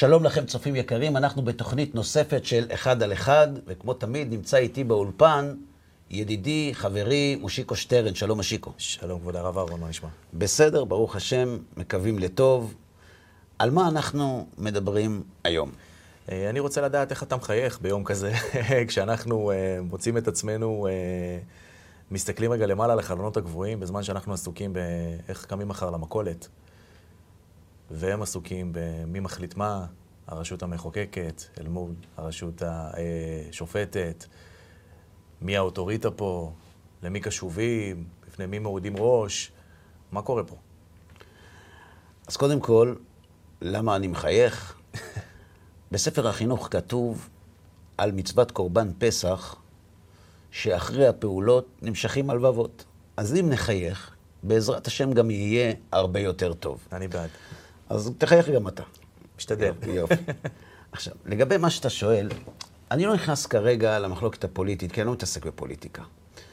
שלום לכם צופים יקרים, אנחנו בתוכנית נוספת של אחד על אחד, וכמו תמיד נמצא איתי באולפן ידידי, חברי, מושיקו שטרן. שלום מושיקו. שלום כבוד הרב אהרון, מה נשמע? בסדר, ברוך השם, מקווים לטוב. על מה אנחנו מדברים היום? אני רוצה לדעת איך אתה מחייך ביום כזה, כשאנחנו מוצאים את עצמנו, מסתכלים רגע למעלה לחלונות הגבוהים, בזמן שאנחנו עסוקים באיך קמים מחר למכולת, והם עסוקים במי מחליט מה, הרשות המחוקקת אל מול הרשות השופטת, מי האוטוריטה פה, למי קשובים, בפני מי מורידים ראש, מה קורה פה? אז קודם כל, למה אני מחייך? בספר החינוך כתוב על מצוות קורבן פסח, שאחרי הפעולות נמשכים הלבבות. אז אם נחייך, בעזרת השם גם יהיה הרבה יותר טוב. אני בעד. אז תחייך גם אתה. משתדל. יופי. עכשיו, לגבי מה שאתה שואל, אני לא נכנס כרגע למחלוקת הפוליטית, כי אני לא מתעסק בפוליטיקה.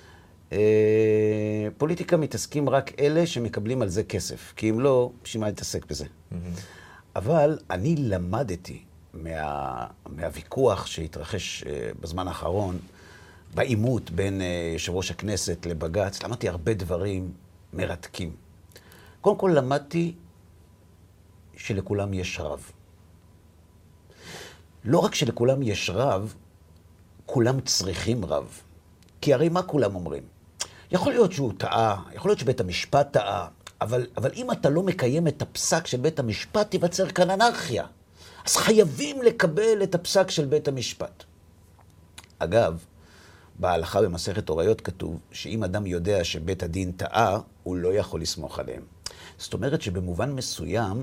פוליטיקה מתעסקים רק אלה שמקבלים על זה כסף, כי אם לא, בשביל מה להתעסק בזה. אבל אני למדתי מהוויכוח שהתרחש בזמן האחרון, בעימות בין יושב ראש הכנסת לבג"ץ, למדתי הרבה דברים מרתקים. קודם כל למדתי שלכולם יש רב. לא רק שלכולם יש רב, כולם צריכים רב. כי הרי מה כולם אומרים? יכול להיות שהוא טעה, יכול להיות שבית המשפט טעה, אבל אם אתה לא מקיים את הפסק של בית המשפט, תיווצר כאן אנרכיה. אז חייבים לקבל את הפסק של בית המשפט. אגב, בהלכה במסכת הוריות כתוב שאם אדם יודע שבית הדין טעה, הוא לא יכול לסמוך עליהם. זאת אומרת שבמובן מסוים,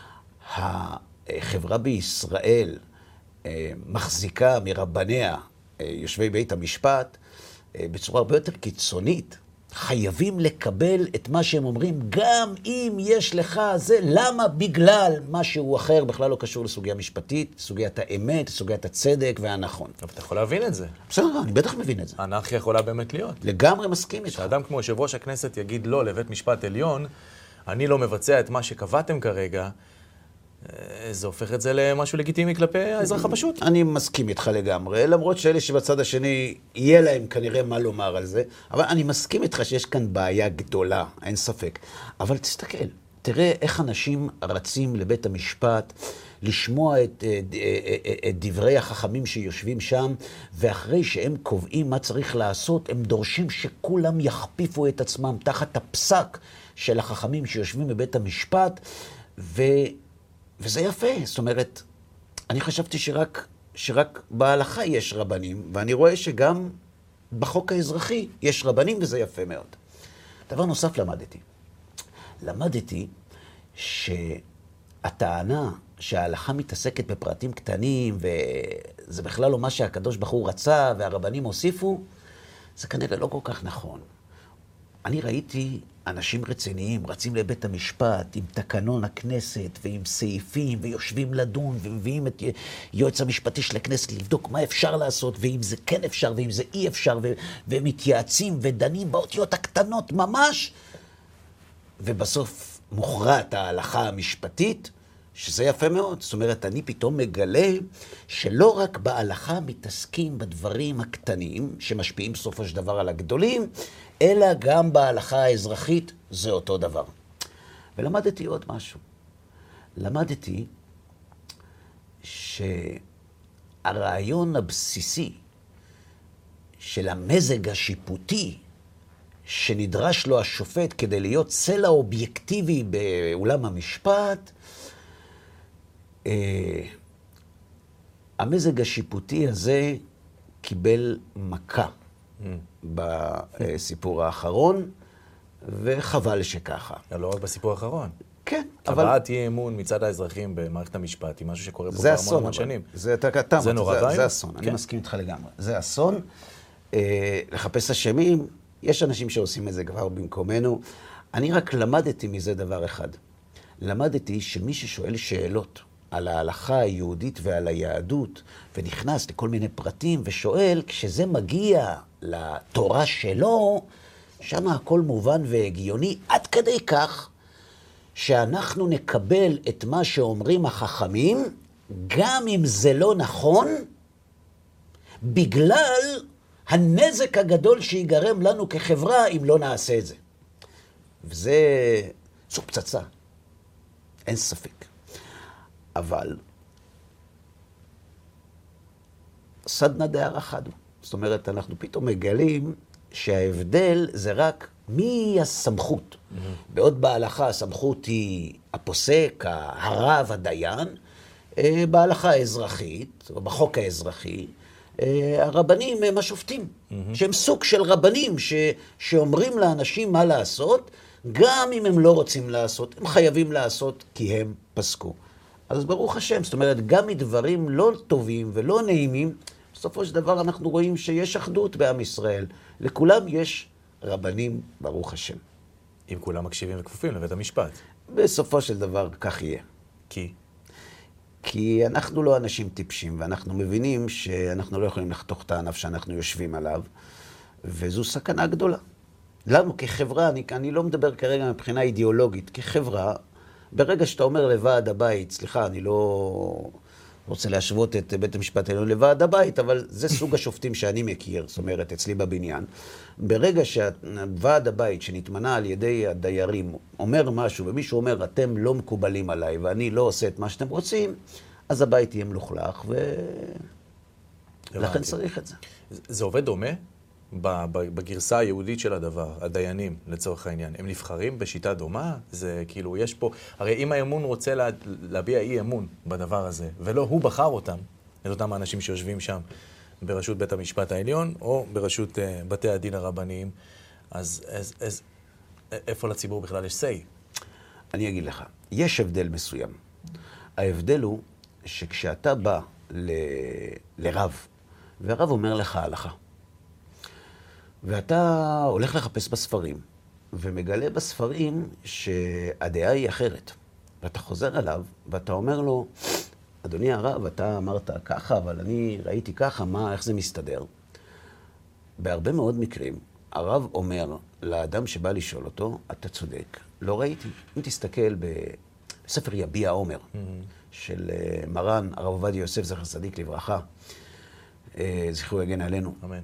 החברה בישראל מחזיקה מרבניה, יושבי בית המשפט, בצורה הרבה יותר קיצונית. חייבים לקבל את מה שהם אומרים, גם אם יש לך זה, למה? בגלל משהו אחר, בכלל לא קשור לסוגיה משפטית, סוגיית האמת, סוגיית הצדק והנכון. אבל אתה יכול להבין את זה. בסדר, אני בטח מבין את זה. האנרכיה יכולה באמת להיות. לגמרי מסכים איתך. שאדם כמו יושב ראש הכנסת יגיד לא לבית משפט עליון, אני לא מבצע את מה שקבעתם כרגע, זה הופך את זה למשהו לגיטימי כלפי האזרח הפשוט. אני מסכים איתך לגמרי, למרות שאלה שבצד השני יהיה להם כנראה מה לומר על זה, אבל אני מסכים איתך שיש כאן בעיה גדולה, אין ספק. אבל תסתכל, תראה איך אנשים רצים לבית המשפט, לשמוע את דברי החכמים שיושבים שם, ואחרי שהם קובעים מה צריך לעשות, הם דורשים שכולם יכפיפו את עצמם תחת הפסק של החכמים שיושבים בבית המשפט, וזה יפה. זאת אומרת, אני חשבתי שרק בהלכה יש רבנים, ואני רואה שגם בחוק האזרחי יש רבנים, וזה יפה מאוד. דבר נוסף למדתי שהטענה שההלכה מתעסקת בפרטים קטנים, וזה בכלל לא מה שהקדוש ברוך הוא רצה, והרבנים הוסיפו, זה כנראה לא כל כך נכון. אני ראיתי אנשים רציניים רצים לבית המשפט עם תקנון הכנסת ועם סעיפים, ויושבים לדון ומביאים את יועץ המשפטי של הכנסת לבדוק מה אפשר לעשות, ואם זה כן אפשר ואם זה אי אפשר, והם מתייעצים ודנים באותיות הקטנות ממש, ובסוף מוכרעת ההלכה המשפטית, שזה יפה מאוד. זאת אומרת, אני פתאום מגלה שלא רק בהלכה מתעסקים בדברים הקטנים שמשפיעים בסופו של דבר על הגדולים, אלא גם בהלכה האזרחית זה אותו דבר. ולמדתי עוד משהו. למדתי שהרעיון הבסיסי של המזג השיפוטי שנדרש לו השופט כדי להיות סלע אובייקטיבי באולם המשפט, המזג השיפוטי הזה קיבל מכה בסיפור האחרון, וחבל שככה. לא רק בסיפור האחרון. כן, אבל... הבעת אי אמון מצד האזרחים במערכת המשפט, היא משהו שקורה פה כבר המון שנים. זה נורא ואיום. זה אסון, אני כן. מסכים איתך לגמרי. זה אסון. לחפש אשמים, יש אנשים שעושים את זה כבר במקומנו. אני רק למדתי מזה דבר אחד. למדתי שמי ששואל שאלות על ההלכה היהודית ועל היהדות, ונכנס לכל מיני פרטים ושואל, כשזה מגיע לתורה שלו, שם הכל מובן והגיוני, עד כדי כך שאנחנו נקבל את מה שאומרים החכמים, גם אם זה לא נכון, בגלל הנזק הגדול שיגרם לנו כחברה אם לא נעשה את זה. זו פצצה, אין ספק. אבל סדנא דארעא חד הוא. זאת אומרת, אנחנו פתאום מגלים שההבדל זה רק מי הסמכות. בעוד בהלכה הסמכות היא הפוסק, הרב, הדיין, בהלכה האזרחית, או בחוק האזרחי, הרבנים הם השופטים, שהם סוג של רבנים שאומרים לאנשים מה לעשות, גם אם הם לא רוצים לעשות, הם חייבים לעשות כי הם פסקו. אז ברוך השם, זאת אומרת, גם מדברים לא טובים ולא נעימים, בסופו של דבר אנחנו רואים שיש אחדות בעם ישראל. לכולם יש רבנים, ברוך השם. אם כולם מקשיבים וכפופים לבית המשפט. בסופו של דבר כך יהיה. כי אנחנו לא אנשים טיפשים, ואנחנו מבינים שאנחנו לא יכולים לחתוך את הענף שאנחנו יושבים עליו, וזו סכנה גדולה. למה? כחברה, אני לא מדבר כרגע מבחינה אידיאולוגית, כחברה, ברגע שאתה אומר לוועד הבית, סליחה, אני לא רוצה להשוות את בית המשפט העליון לוועד הבית, אבל זה סוג השופטים שאני מכיר, זאת אומרת, אצלי בבניין. ברגע שוועד הבית שנתמנה על ידי הדיירים אומר משהו, ומישהו אומר, אתם לא מקובלים עליי, ואני לא עושה את מה שאתם רוצים, אז הבית יהיה מלוכלך, ולכן צריך את זה. זה עובד דומה? בגרסה היהודית של הדבר, הדיינים, לצורך העניין, הם נבחרים בשיטה דומה? זה כאילו, יש פה, הרי אם האמון רוצה להביע אי אמון בדבר הזה, ולא הוא בחר אותם, את אותם האנשים שיושבים שם בראשות בית המשפט העליון, או בראשות בתי הדין הרבניים, אז איפה לציבור בכלל יש say? אני אגיד לך, יש הבדל מסוים. ההבדל הוא שכשאתה בא לרב, והרב אומר לך הלכה, ואתה הולך לחפש בספרים, ומגלה בספרים שהדעה היא אחרת. ואתה חוזר אליו, ואתה אומר לו, אדוני הרב, אתה אמרת ככה, אבל אני ראיתי ככה, איך זה מסתדר? בהרבה מאוד מקרים, הרב אומר לאדם שבא לשאול אותו, אתה צודק, לא ראיתי. אם תסתכל בספר יביע עומר, של מרן, הרב עובדיה יוסף, זכר צדיק לברכה, זכרו יגן עלינו. אמן.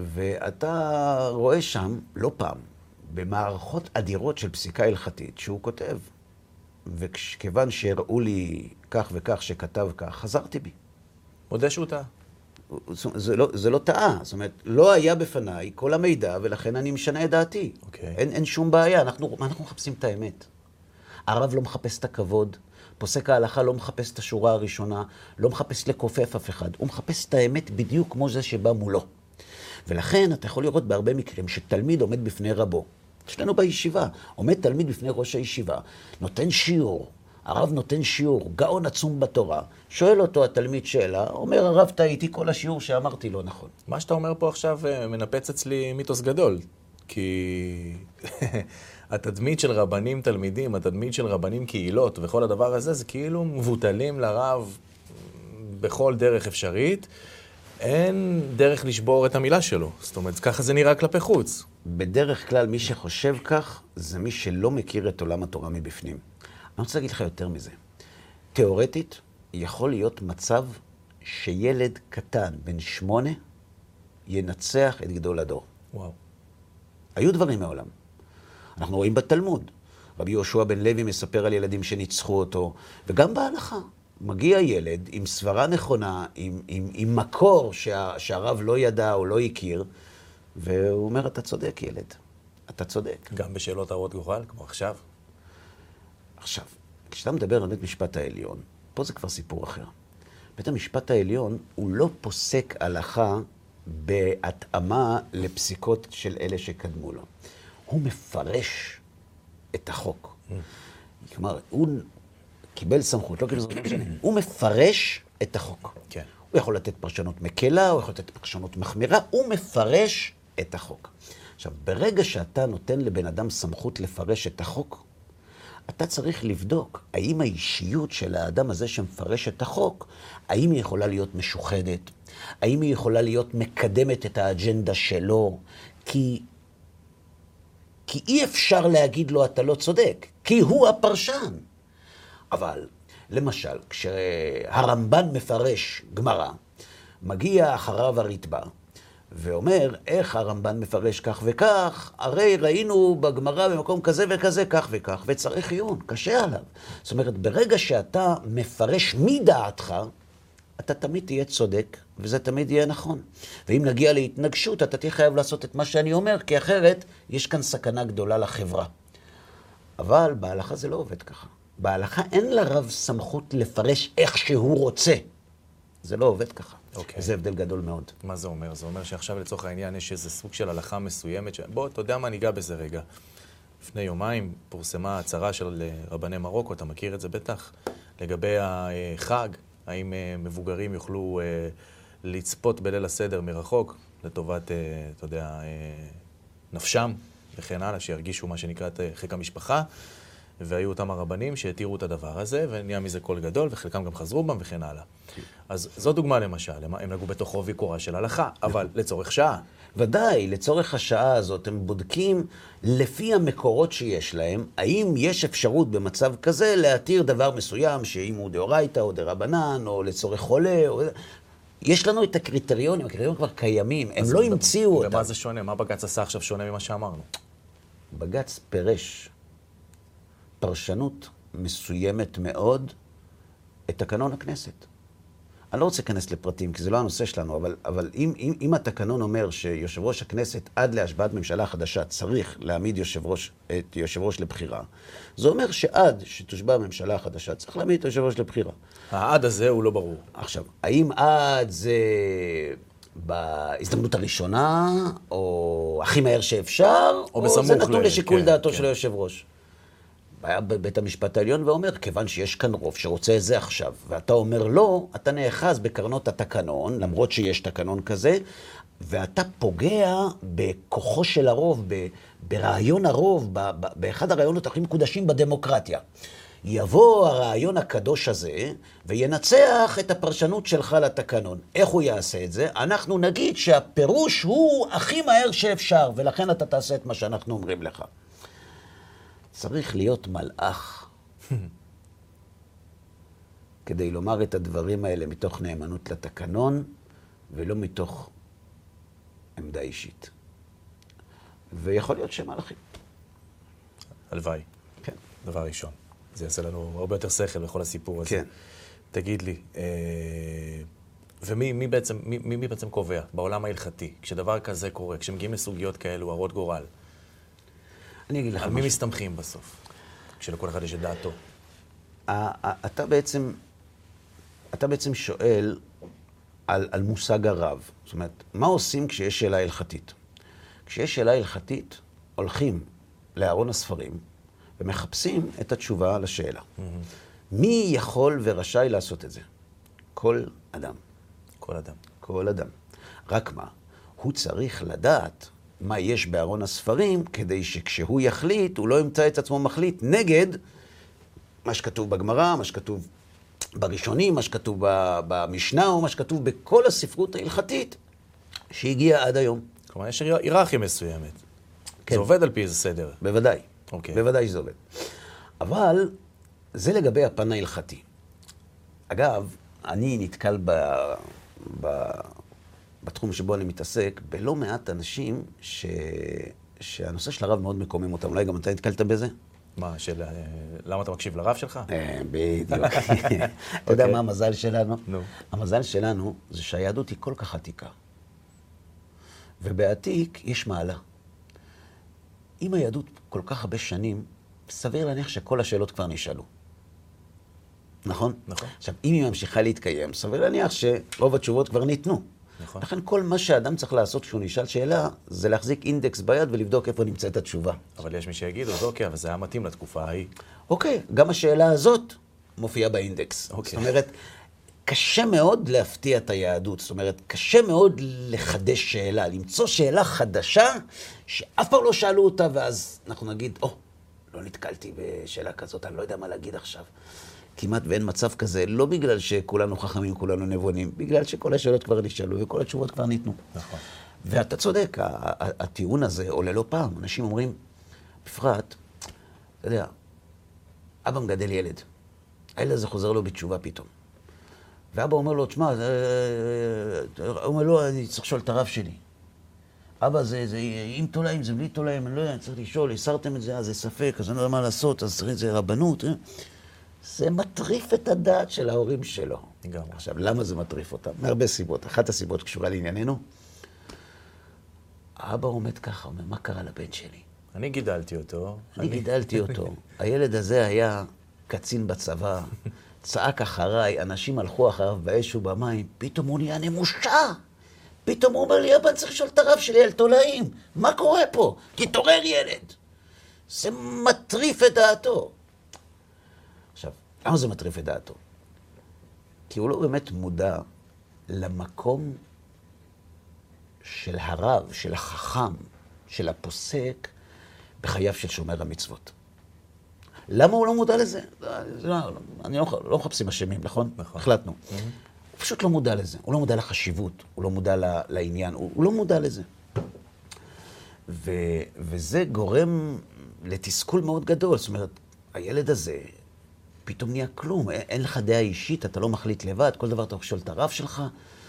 ואתה רואה שם, לא פעם, במערכות אדירות של פסיקה הלכתית, שהוא כותב. וכיוון שהראו לי כך וכך שכתב כך, חזרתי בי. מודה שהוא טעה. זה לא טעה. זאת אומרת, לא היה בפניי כל המידע, ולכן אני משנה את דעתי. אין שום בעיה. אנחנו מחפשים את האמת. הרב לא מחפש את הכבוד. פוסק ההלכה לא מחפש את השורה הראשונה, לא מחפש לקופף אף אחד. הוא מחפש את האמת בדיוק כמו זה שבא מולו. ולכן אתה יכול לראות בהרבה מקרים שתלמיד עומד בפני רבו. יש לנו בישיבה, עומד תלמיד בפני ראש הישיבה, נותן שיעור, הרב נותן שיעור, גאון עצום בתורה, שואל אותו התלמיד שאלה, אומר הרב טעיתי כל השיעור שאמרתי לא נכון. מה שאתה אומר פה עכשיו מנפץ אצלי מיתוס גדול, כי התדמית של רבנים תלמידים, התדמית של רבנים קהילות וכל הדבר הזה, זה כאילו מבוטלים לרב בכל דרך אפשרית, אין דרך לשבור את המילה שלו. זאת אומרת, ככה זה נראה כלפי חוץ. בדרך כלל מי שחושב כך, זה מי שלא מכיר את עולם התורה מבפנים. אני רוצה להגיד לך יותר מזה. תיאורטית, יכול להיות מצב שילד קטן, בן 8, ינצח את גדול הדור. וואו. היו דברים מעולם. אנחנו רואים בתלמוד. רבי יהושע בן לוי מספר על ילדים שניצחו אותו, וגם בהלכה. מגיע ילד עם סברה נכונה, עם מקור שהרב לא ידע או לא הכיר, והוא אומר, אתה צודק ילד, אתה צודק. גם בשאלות הרות גורל, כמו עכשיו? עכשיו, כשאתה מדבר על בית משפט העליון, פה זה כבר סיפור אחר. בית המשפט העליון הוא לא פוסק הלכה בהתאמה לפסיקות של אלה שקדמו לו. הוא מפרש את החוק. כלומר, הוא קיבל סמכות, לא קיבל סמכות, הוא מפרש את החוק. כן. הוא יכול לתת פרשנות מקלה, הוא יכול לתת פרשנות מחמירה, הוא מפרש את החוק. עכשיו, ברגע שאתה נותן לבן אדם סמכות לפרש את החוק, אתה צריך לבדוק האם האישיות של האדם הזה שמפרש את החוק, האם היא יכולה להיות משוחדת, האם היא יכולה להיות מקדמת את האג'נדה שלו, כי אי אפשר להגיד לו אתה לא צודק, כי הוא הפרשן. אבל למשל, כשהרמב"ן מפרש גמרא, מגיע אחריו הרתב"א, ואומר, איך הרמב"ן מפרש כך וכך, הרי ראינו בגמרא במקום כזה וכזה, כך וכך, וצריך עיון, קשה עליו. זאת אומרת, ברגע שאתה מפרש מדעתך, אתה תמיד תהיה צודק, וזה תמיד יהיה נכון. ואם נגיע להתנגשות, אתה תהיה חייב לעשות את מה שאני אומר, כי אחרת יש כאן סכנה גדולה לחברה. אבל בהלכה זה לא עובד ככה. בהלכה אין לרב סמכות לפרש איך שהוא רוצה. זה לא עובד ככה. זה הבדל גדול מאוד. מה זה אומר? זה אומר שעכשיו לצורך העניין יש איזה סוג של הלכה מסוימת. בוא, אתה יודע מה, ניגע בזה רגע. לפני יומיים פורסמה הצהרה של רבני מרוקו, אתה מכיר את זה בטח, לגבי החג, האם מבוגרים יוכלו לצפות בליל הסדר מרחוק, לטובת, אתה יודע, נפשם וכן הלאה, שירגישו מה שנקרא את חיק המשפחה, והיו אותם הרבנים שהתירו את הדבר הזה, ונהיה מזה קול גדול, וחלקם גם חזרו בם וכן הלאה. אז זו דוגמה למשל, הם נגעו בתוך עובי קורה של הלכה, אבל לצורך שעה. ודאי, לצורך השעה הזאת הם בודקים לפי המקורות שיש להם, האם יש אפשרות במצב כזה להתיר דבר מסוים, שאם הוא דאורייתא או דרבנן, או לצורך חולה, או... יש לנו את הקריטריונים, הקריטריונים כבר קיימים, הם לא המציאו אותם. ומה זה שונה? מה בג"ץ עשה עכשיו שונה ממה שאמרנו? בג"ץ פירש פרשנות מסוימת מאוד את תקנון הכנסת. אני לא רוצה להיכנס לפרטים, כי זה לא הנושא שלנו, אבל אם התקנון אומר שיושב ראש הכנסת עד להשבעת ממשלה חדשה צריך להעמיד את יושב ראש לבחירה, זה אומר שעד שתושבע הממשלה החדשה צריך להעמיד את יושב ראש לבחירה. העד הזה הוא לא ברור. עכשיו, האם עד זה בהזדמנות הראשונה, או הכי מהר שאפשר, או זה נתון לשיקול דעתו של היושב ראש? היה בבית המשפט העליון ואומר, כיוון שיש כאן רוב שרוצה את זה עכשיו, ואתה אומר לא, אתה נאחז בקרנות התקנון, למרות שיש תקנון כזה, ואתה פוגע בכוחו של הרוב, ברעיון הרוב, באחד הרעיונות הכי מקודשים בדמוקרטיה. יבוא הרעיון הקדוש הזה, וינצח את הפרשנות שלך לתקנון. איך הוא יעשה את זה? אנחנו נגיד שהפירוש הוא הכי מהר שאפשר, ולכן אתה תעשה את מה שאנחנו אומרים לך. צריך להיות מלאך כדי לומר את הדברים האלה מתוך נאמנות לתקנון ולא מתוך עמדה אישית. ויכול להיות שמלאכים. הלוואי. כן. דבר ראשון. זה יעשה לנו הרבה יותר שכל בכל הסיפור הזה. כן. תגיד לי, ומי בעצם קובע בעולם ההלכתי, כשדבר כזה קורה, כשמגיעים לסוגיות כאלו, הרות גורל? אני אגיד לך על מי מסתמכים בסוף, כשלכל אחד יש את דעתו? אתה בעצם שואל על מושג הרב. זאת אומרת, מה עושים כשיש שאלה הלכתית? כשיש שאלה הלכתית, הולכים לארון הספרים ומחפשים את התשובה לשאלה. מי יכול ורשאי לעשות את זה? כל אדם. כל אדם. כל אדם. רק מה? הוא צריך לדעת מה יש בארון הספרים, כדי שכשהוא יחליט, הוא לא ימצא את עצמו מחליט נגד מה שכתוב בגמרא, מה שכתוב בראשונים, מה שכתוב במשנה, או מה שכתוב בכל הספרות ההלכתית שהגיעה עד היום. כלומר, יש היררכיה מסוימת. כן. זה עובד על פי איזה סדר. בוודאי. אוקיי. בוודאי שזה עובד. אבל זה לגבי הפן ההלכתי. אגב, אני נתקל בתחום שבו אני מתעסק, בלא מעט אנשים שהנושא של הרב מאוד מקומם אותם. אולי גם אתה נתקלת בזה? מה, למה אתה מקשיב לרב שלך? בדיוק. אתה יודע מה המזל שלנו? נו. המזל שלנו זה שהיהדות היא כל כך עתיקה. ובעתיק יש מעלה. אם היהדות כל כך הרבה שנים, סביר להניח שכל השאלות כבר נשאלו. נכון? נכון. עכשיו, אם היא ממשיכה להתקיים, סביר להניח שרוב התשובות כבר ניתנו. נכון. לכן כל מה שהאדם צריך לעשות כשהוא נשאל שאלה, זה להחזיק אינדקס ביד ולבדוק איפה נמצאת התשובה. אבל יש מי שיגידו, אז אוקיי, אבל זה היה מתאים לתקופה ההיא. אוקיי, גם השאלה הזאת מופיעה באינדקס. אוקיי. זאת אומרת, קשה מאוד להפתיע את היהדות. זאת אומרת, קשה מאוד לחדש שאלה, למצוא שאלה חדשה שאף פעם לא שאלו אותה, ואז אנחנו נגיד, לא נתקלתי בשאלה כזאת, אני לא יודע מה להגיד עכשיו. כמעט ואין מצב כזה, לא בגלל שכולנו חכמים, כולנו נבונים, בגלל שכל השאלות כבר נשאלו וכל התשובות כבר ניתנו. נכון. ואתה צודק, הטיעון הזה עולה לא פעם. אנשים אומרים, בפרט, אתה יודע, אבא מגדל ילד. הילד הזה חוזר לו בתשובה פתאום. ואבא אומר לו, תשמע, הוא אומר לו, אני צריך לשאול את הרב שלי. אבא, זה עם תולעים, זה בלי תולעים, אני לא יודע, אני צריך לשאול, הסרתם את זה, אז זה ספק, אז אני לא יודע מה לעשות, אז צריך את זה רבנות. זה מטריף את הדעת של ההורים שלו. גם. עכשיו, למה זה מטריף אותם? מהרבה סיבות. אחת הסיבות קשורה לענייננו. האבא עומד ככה, אומר, מה קרה לבן שלי? אני גידלתי אותו. אני גידלתי אותו. הילד הזה היה קצין בצבא, צעק אחריי, אנשים הלכו אחריו באש ובמים, פתאום הוא נהיה נמושה. פתאום הוא אומר לי, אבא, אני צריך לשאול את הרב שלי על תולעים. מה קורה פה? תתעורר ילד. זה מטריף את דעתו. עכשיו, למה זה מטריף את דעתו? כי הוא לא באמת מודע למקום של הרב, של החכם, של הפוסק, בחייו של שומר המצוות. למה הוא לא מודע לזה? אני לא מחפשים אשמים, נכון? נכון. החלטנו. הוא פשוט לא מודע לזה. הוא לא מודע לחשיבות, הוא לא מודע לעניין, הוא לא מודע לזה. וזה גורם לתסכול מאוד גדול. זאת אומרת, הילד הזה פתאום נהיה כלום. אין לך דעה אישית, אתה לא מחליט לבד, כל דבר אתה חושב את הרב שלך.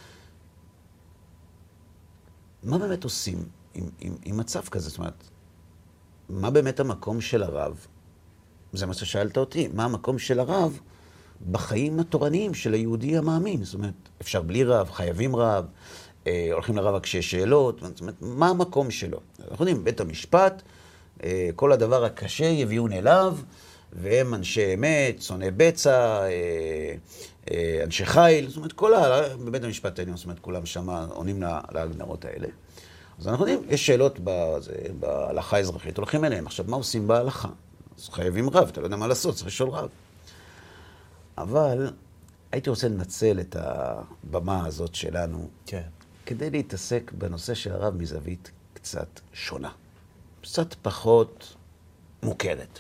מה באמת עושים עם מצב כזה? זאת אומרת, מה באמת המקום של הרב? זה מה ששאלת אותי. מה המקום של הרב בחיים התורניים של היהודי המאמין? זאת אומרת, אפשר בלי רב, חייבים רב, הולכים לרב רק כשיש שאלות. זאת אומרת, מה המקום שלו? אנחנו יודעים, בית המשפט, כל הדבר הקשה יביאון אליו, והם אנשי אמת, שונאי בצע, אנשי חיל. זאת אומרת, בבית המשפט העליון, זאת אומרת, כולם שם עונים להגדרות האלה. אז אנחנו יודעים, יש שאלות בהלכה האזרחית, הולכים אליהם. עכשיו, מה עושים בהלכה? אז חייבים רב, אתה לא יודע מה לעשות, צריך לשאול רב. אבל הייתי רוצה לנצל את הבמה הזאת שלנו, כן. כדי להתעסק בנושא של הרב מזווית קצת שונה. קצת פחות מוכרת.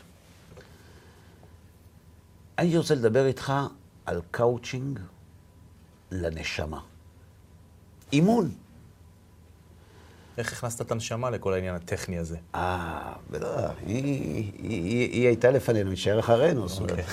הייתי רוצה לדבר איתך על קאוצ'ינג לנשמה. אימון. איך הכנסת את הנשמה לכל העניין הטכני הזה? בטח, היא הייתה לפנינו, היא תישאר אחרינו.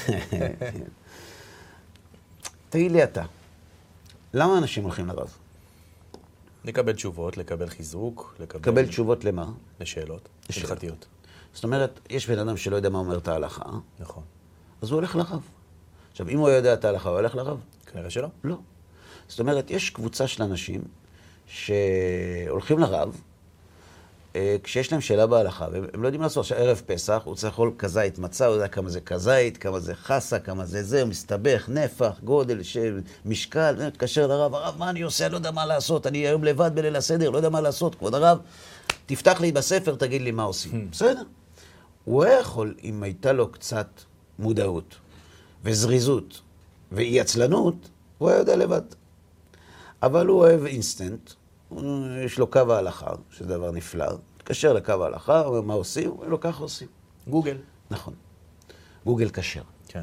תגיד לי אתה, למה אנשים הולכים לרב? לקבל תשובות, לקבל חיזוק, לקבל תשובות למה? לשאלות, הלכתיות. זאת אומרת, יש בן אדם שלא יודע מה אומרת ההלכה, נכון. אז הוא הולך לרב. עכשיו, אם הוא יודע את ההלכה, הוא הולך לרב? כנראה שלא. לא. זאת אומרת, יש קבוצה של אנשים שהולכים לרב, כשיש להם שאלה בהלכה, והם לא יודעים לעשות. עכשיו, ערב פסח, הוא צריך לאכול כזית מצה, הוא יודע כמה זה כזית, כמה זה חסה, כמה זה, הוא מסתבך, נפח, גודל, משקל, מתקשר לרב, הרב, מה אני עושה? אני לא יודע מה לעשות, אני היום לבד בליל הסדר, לא יודע מה לעשות, כבוד הרב, תפתח לי בספר, תגיד לי מה עושים. בסדר. הוא יכול, אם הייתה לו קצת מודעות, וזריזות, ואי עצלנות, הוא היה יודע לבד. אבל הוא אוהב אינסטנט, יש לו קו ההלכה, שזה דבר נפלא, תקשר לקו ההלכה, הוא אומר מה עושים, הוא אומר לו ככה עושים. גוגל. נכון. גוגל כשר. כן.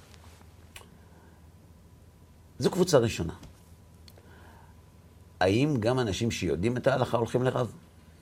זו קבוצה ראשונה. האם גם אנשים שיודעים את ההלכה הולכים לרב?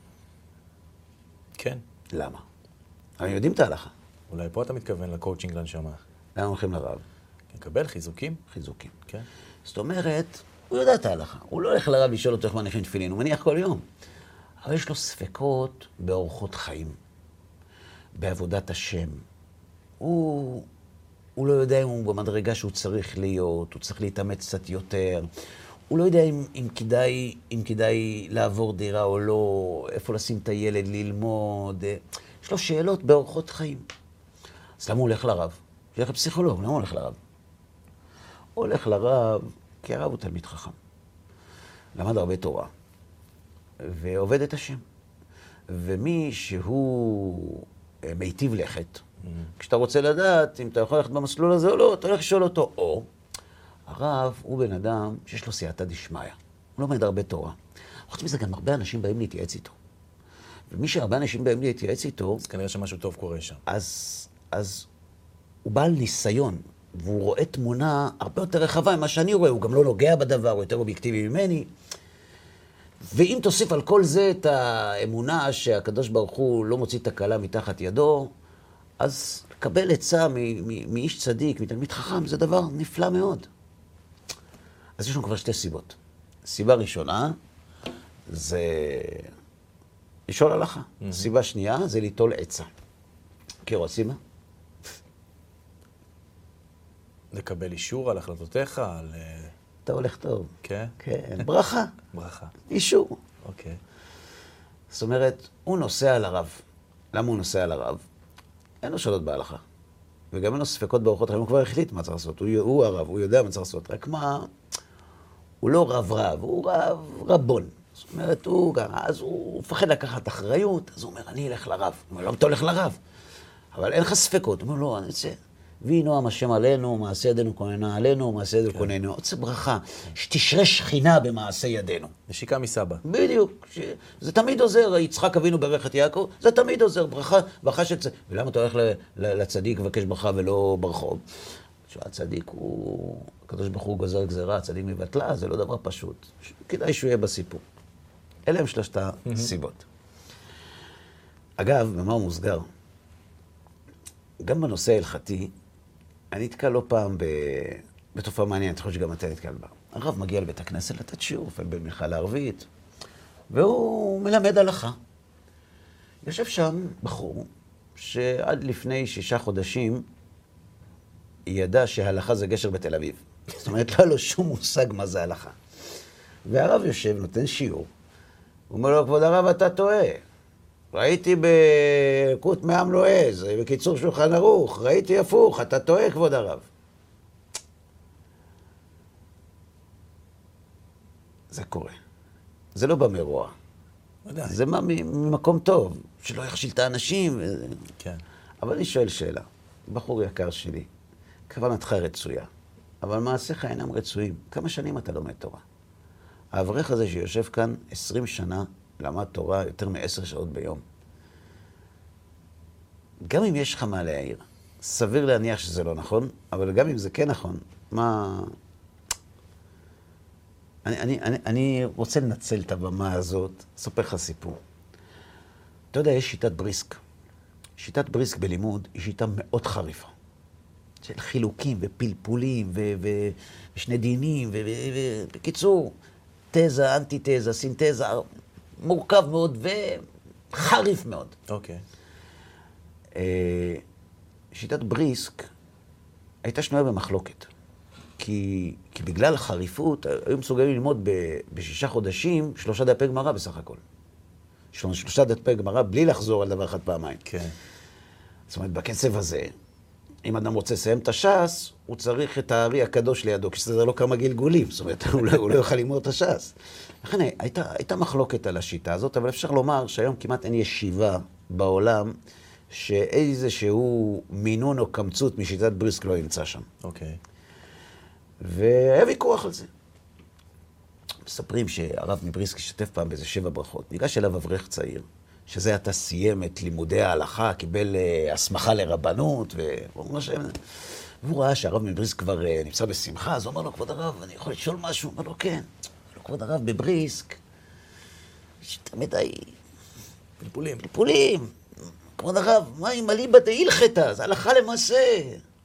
כן. למה? הם יודעים את ההלכה. אולי פה אתה מתכוון לקואוצ'ינג לנשמה. למה הולכים לרב? לקבל חיזוקים? חיזוקים. כן. זאת אומרת, הוא יודע את ההלכה. הוא לא הולך לרב לשאול אותו איך מניחים תפילין, הוא מניח כל יום. אבל יש לו ספקות באורחות חיים, בעבודת השם. הוא לא יודע אם הוא במדרגה שהוא צריך להיות, הוא צריך להתאמץ קצת יותר. הוא לא יודע אם כדאי לעבור דירה או לא, איפה לשים את הילד ללמוד. יש לו שאלות באורחות חיים. אז למה הוא הולך לרב? הוא הולך לפסיכולוג, למה הוא הולך לרב? הוא הולך לרב כי הרב הוא תלמיד חכם. למד הרבה תורה, ועובד את השם. ומי שהוא מיטיב לכת, כשאתה רוצה לדעת אם אתה יכול ללכת במסלול הזה או לא, אתה הולך לשאול אותו. או, הרב הוא בן אדם שיש לו סייעתא דשמיא. הוא לומד הרבה תורה. חוץ מזה, גם הרבה אנשים באים להתייעץ איתו. ומי שהרבה אנשים באים להתייעץ איתו, אז כנראה שמשהו טוב קורה שם. אז הוא בעל ניסיון, והוא רואה תמונה הרבה יותר רחבה ממה שאני רואה. הוא גם לא נוגע בדבר, הוא יותר אובייקטיבי ממני. ואם תוסיף על כל זה את האמונה שהקדוש ברוך הוא לא מוציא תקלה מתחת ידו, אז לקבל עצה מאיש צדיק, מתלמיד חכם, זה דבר נפלא מאוד. אז יש לנו כבר שתי סיבות. סיבה ראשונה זה לשאול הלכה. סיבה שנייה זה ליטול עצה. מכירו הסיבה? לקבל אישור על החלטותיך, על... אתה הולך טוב. כן? כן, ברכה. ברכה. אישור. אוקיי. זאת אומרת, הוא נוסע על הרב. למה הוא נוסע על הרב? אין לו שאלות בהלכה. וגם אין לו ספקות באורחות חיים, הוא כבר החליט מה צריך לעשות. הוא הרב, הוא יודע מה צריך לעשות. רק מה, הוא לא רב, הוא רבון. זאת אומרת, אז הוא מפחד לקחת אחריות, אז הוא אומר, אני אלך לרב. הוא אומר, לא, אתה הולך לרב. אבל אין לך ספקות. הוא אומר, לא, אני רוצה... ויהי נועם השם עלינו, מעשה ידינו כוננה עלינו, מעשה ידינו כוננו. רוצה ברכה, שתשרה שכינה במעשה ידינו. נשיקה מסבא. בדיוק. זה תמיד עוזר, יצחק אבינו ברך את יעקב, זה תמיד עוזר, ברכה של צדיק. ולמה אתה הולך לצדיק ובקש ברכה ולא ברחוב? שהצדיק הוא, הקדוש ברוך הוא גוזר גזרה, הצדיק מבטלה, זה לא דבר פשוט. כדאי שהוא יהיה בסיפור. אלה הם שלושת הסיבות. אגב, במאמר מוסגר, גם בנושא ההלכתי, אני נתקל לא פעם בתופעה מעניינת, אני חושב שגם אתה נתקל בה. הרב מגיע לבית הכנסת לתת שיעור, לפעמים במנחה לערבית, והוא מלמד הלכה. יושב שם בחור, שעד לפני 6 חודשים, ידע שההלכה זה גשר בתל אביב. זאת אומרת, לא היה לו שום מושג מה זה הלכה. והרב יושב, נותן שיעור, הוא אומר לו, כבוד הרב, אתה טועה. ראיתי בקות מעם לועז, בקיצור שולחן ערוך, ראיתי הפוך, אתה טועה, כבוד הרב. זה קורה. זה לא בא מרוע. זה בא ממקום טוב, שלא יכשיל את האנשים. כן. אבל אני שואל שאלה, בחור יקר שלי, כוונתך רצויה, אבל מעשיך אינם רצויים. כמה שנים אתה לומד תורה? האברך הזה שיושב כאן 20 שנה, למד תורה יותר מ10 שעות ביום. גם אם יש לך מה להעיר, סביר להניח שזה לא נכון, אבל גם אם זה כן נכון, מה... אני רוצה לנצל את הבמה הזאת, אספר לך סיפור. אתה יודע, יש שיטת בריסק. שיטת בריסק בלימוד היא שיטה מאוד חריפה. של חילוקים ופלפולים ושני דינים, ובקיצור, תזה, אנטי-תזה, סינתזה, מורכב מאוד וחריף מאוד. אוקיי. שיטת בריסק הייתה שנויה במחלוקת. כי בגלל החריפות, היו מסוגלים ללמוד ב6 חודשים 3 דפי גמרא בסך הכל. 3 דפי גמרא בלי לחזור על דבר אחד פעמיים. כן. זאת אומרת, בקצב הזה, אם אדם רוצה לסיים את הש"ס, הוא צריך את הארי הקדוש לידו, כשזה לא כמה גלגולים, זאת אומרת, הוא לא יוכל ללמוד את הש"ס. לכן הייתה מחלוקת על השיטה הזאת, אבל אפשר לומר שהיום כמעט אין ישיבה בעולם שאיזשהו מינון או קמצות משיטת בריסק לא ימצא שם. אוקיי. והיה ויכוח על זה. מספרים שהרב מבריסק השתתף פעם באיזה 7 ברכות. ניגש אליו אברך צעיר, שזה עתה סיים את לימודי ההלכה, קיבל הסמכה לרבנות, והוא ראה שהרב מבריסק כבר נמצא בשמחה, אז הוא אומר לו, כבוד הרב, אני יכול לשאול משהו? הוא אומר לו, כן. אומר לו, כבוד הרב, בבריסק, יש יותר מדי... פלפולים. כבוד הרב, מה עם אליבא דהילכתא? זה הלכה למעשה.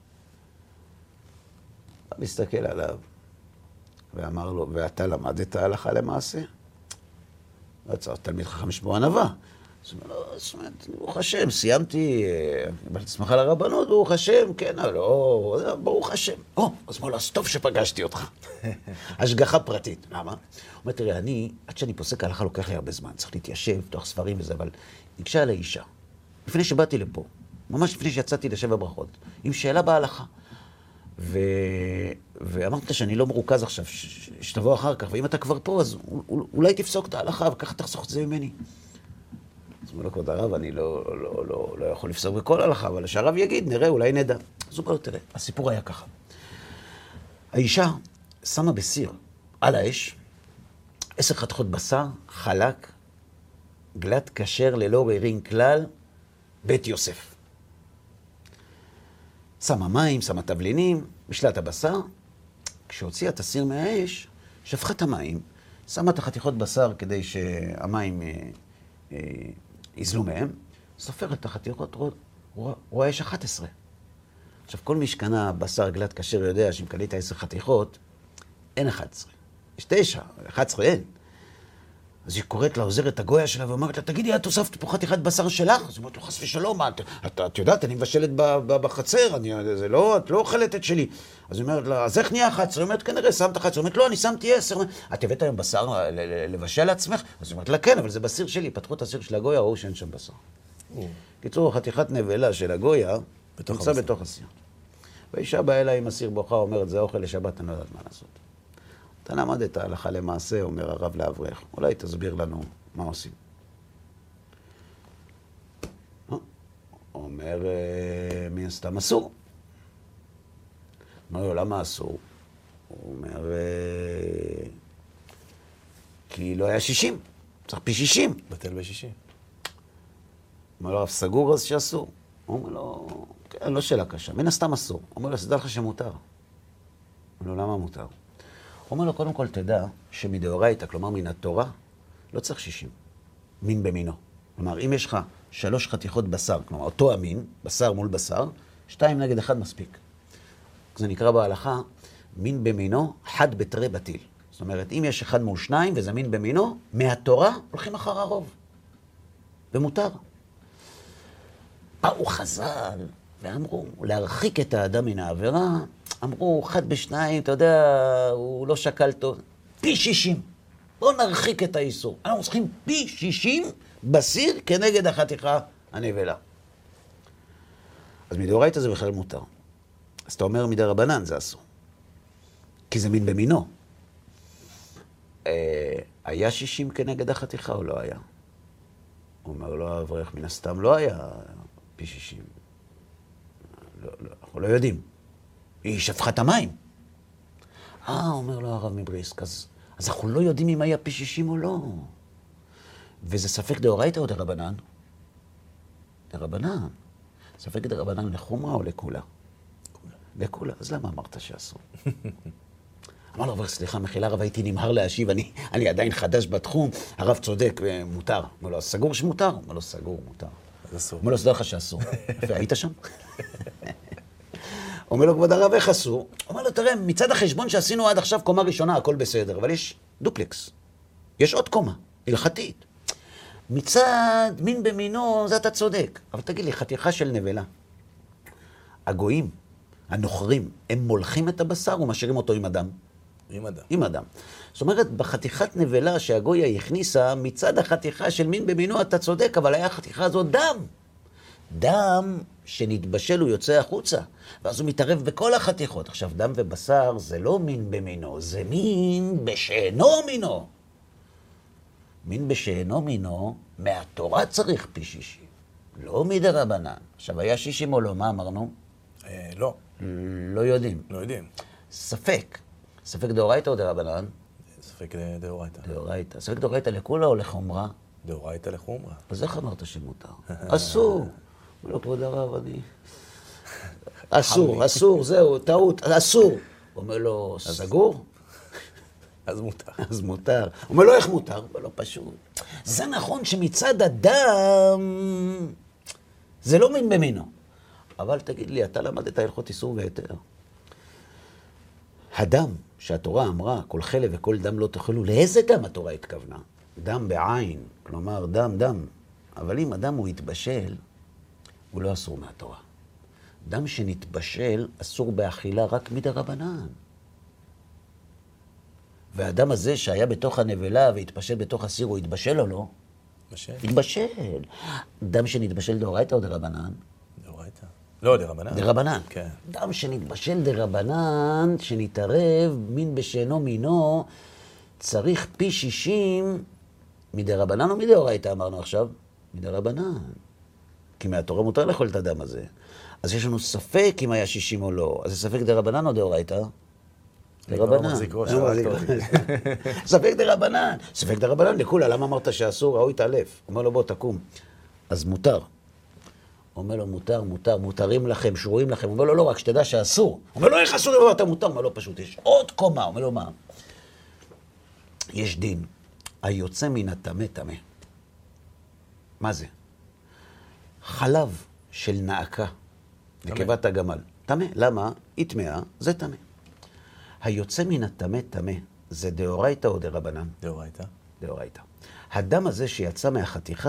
הוא מסתכל עליו, ואמר לו, ואתה למדת הלכה למעשה? לא צריך תלמיד חכם לשמוע ענווה. זאת אומרת, ברוך השם, סיימתי, קיבלתי הסמכה לרבנות, ברוך השם, כן, לא, ברוך השם. אז מה, אז טוב שפגשתי אותך. השגחה פרטית. למה? הוא אומר, תראה, עד שאני פוסק ההלכה לוקח לי הרבה זמן, צריך להתיישב, תוך ספרים וזה, אבל ניגשה אליי אישה, לפני שבאתי לפה, ממש לפני שיצאתי ל7 ברכות, עם שאלה בהלכה. ואמרת לה שאני לא מרוכז עכשיו, שתבוא אחר כך, ואם אתה כבר פה, אז אולי תפסוק את ההלכה, וככה תחסוך את זה ממני. אז הוא אומר לו, כבוד הרב, אני לא יכול לפסוק בכל הלכה, אבל שהרב יגיד, נראה, אולי נדע. אז הוא אומר לו, תראה, הסיפור היה ככה. האישה שמה בסיר על האש, 10 חתיכות בשר, חלק, גלת כשר ללא רירין כלל, בית יוסף. שמה מים, שמה תבלינים, בשלת הבשר. כשהוציאה את הסיר מהאש, שפכה את המים, שמה את החתיכות בשר כדי שהמים יזלו מהם, סופרת את החתיכות, רואה יש 11. עכשיו, כל מי שקנה בשר גלת כשר יודע שאם קנית 10 חתיכות, אין 11. יש 9, 11 אין. אז היא קוראת לעוזרת הגויה שלה ואומרת לה, תגידי, את הוספת פה חתיכת בשר שלך? אז היא אומרת לו, חס ושלום, את יודעת, אני מבשלת בחצר, את לא אוכלת את שלי. אז היא אומרת לה, אז איך נהיה 11? היא אומרת, כנראה, שמת 11. היא אומרת, לא, אני שמתי 10. את הבאת היום בשר לבשל לעצמך? אז היא אומרת לה, כן, אבל זה בסיר שלי. פתחו את הסיר של הגויה, ראו שאין שם בשר. קיצור, חתיכת נבלה של הגויה, נמצא בתוך הסיר. והאישה באה אליי עם הסיר בוכה, אומרת, זה אוכל לשבת, אני לא יודעת מה לעשות. אתה למד את ההלכה למעשה, אומר הרב לאברך. אולי תסביר לנו מה עושים. אומר, מי סתם אסור. אומר לו, למה אסור? הוא אומר, כי לא היה 60, צריך פי 60. בטל ב-60. אומר לו, הרב סגור אז שאסור. הוא אומר לו, כן, לא שאלה קשה, מן הסתם אסור. הוא אומר לו, סדע לך שמותר. אומר לו, למה מותר? הוא אומר לו, קודם כל תדע שמדאורייתא, כלומר מן התורה, לא צריך 60. מין במינו. כלומר, אם יש לך 3 חתיכות בשר, כלומר, אותו המין, בשר מול בשר, 2 נגד 1 מספיק. זה נקרא בהלכה, מין במינו, חד בתרי בטיל. זאת אומרת, אם יש 1 מול 2 וזה מין במינו, מהתורה הולכים אחר הרוב. ומותר. באו חז"ל ואמרו, להרחיק את האדם מן העבירה, אמרו, 1 ב2, אתה יודע, הוא לא שקל טוב. פי 60. בואו נרחיק את האיסור. אנחנו צריכים פי 60 בסיר כנגד החתיכה הנבלה. אז מדאורייתא זה בכלל מותר. אז אתה אומר, מדי רבנן זה אסור. כי זה מין במינו. היה 60 כנגד החתיכה או לא היה? הוא אומר, לא, אברך, מן הסתם לא היה פי 60. לא, אנחנו לא יודעים. היא שפכה את המים. אומר לו הרב מבריסק, אז אנחנו לא יודעים אם היה פי 60 או לא. וזה ספק דאורייתא או דרבנן? דרבנן. ספק דרבנן לחומרה או לכולה? לכולה. אז למה אמרת שאסור? אמר לו, אבל סליחה, מחילה רב, הייתי נמהר להשיב, אני עדיין חדש בתחום, הרב צודק, מותר. אמר לו, סגור שמותר? אמר לו, סגור, מותר. אז אסור. אמר לו, סדר לך שאסור. והיית שם? אומר לו, כבוד הרב, איך אסור? אומר לו, תראה, מצד החשבון שעשינו עד עכשיו קומה ראשונה, הכל בסדר, אבל יש דופלקס. יש עוד קומה, הלכתית. מצד מין במינו, זה אתה צודק. אבל תגיד לי, חתיכה של נבלה. הגויים, הנוכרים, הם מולכים את הבשר ומשאירים אותו עם אדם? עם אדם. עם אדם. זאת אומרת, בחתיכת נבלה שהגויה הכניסה, מצד החתיכה של מין במינו אתה צודק, אבל היה החתיכה הזאת דם. דם שנתבשל הוא יוצא החוצה, ואז הוא מתערב בכל החתיכות. עכשיו, דם ובשר זה לא מין במינו, זה מין בשאינו מינו. מין בשאינו מינו, מהתורה צריך פי 60, לא מדרבנן. עכשיו, היה 60 או לא, מה אמרנו? לא. לא יודעים. לא יודעים. ספק. ספק דאורייתא או דרבנן? ספק דאורייתא. דאורייתא. ספק דאורייתא לכולה או לחומרה? דאורייתא לחומרה. אז איך אמרת שמותר? אסור. לא, כבוד הרב, אני... אסור, זהו, טעות, אסור. הוא אומר לו, סגור? אז מותר. אז מותר. הוא אומר לו, איך מותר? הוא אומר לו, פשוט. זה נכון שמצד אדם זה לא מין במינו. אבל תגיד לי, אתה למדת הלכות איסור והיתר. הדם שהתורה אמרה, כל חלב וכל דם לא תאכלו, לאיזה דם התורה התכוונה? דם בעין, כלומר דם. אבל אם הדם הוא התבשל, הוא לא אסור מהתורה. דם שנתבשל אסור באכילה רק מדרבנן. והדם הזה שהיה בתוך הנבלה והתבשל בתוך הסיר, הוא התבשל או לא? התבשל. דם שנתבשל דאורייתא או דרבנן? דאורייתא. לא, דרבנן. דרבנן. כן. דם שנתבשל דרבנן, שנתערב מין בשאינו מינו, צריך פי 60 מדרבנן או מדאורייתא, אמרנו עכשיו? מדרבנן. כי מהתורה מותר לאכול את הדם הזה. אז יש לנו ספק אם היה 60 או לא. אז זה ספק דרבנן או דאורייתא? דרבנן. ספק דרבנן. ספק דרבנן לכולה. למה אמרת שאסור? ראוי תאלף. אומר לו, בוא תקום. אז מותר. אומר לו, מותרים לכם, שרויים לכם. אומר לו, לא, רק שתדע שאסור. אומר לו, איך אסור? אתה מותר. אומר לו, פשוט, יש עוד קומה. אומר לו, מה? יש דין. היוצא מן הטמא טמא. מה זה? חלב של נעקה, נקבת הגמל, טמא. למה? היא טמאה, זה טמא. היוצא מן הטמא טמא, זה דאורייתא או דרבנן? דאורייתא. דאורייתא. הדם הזה שיצא מהחתיכה,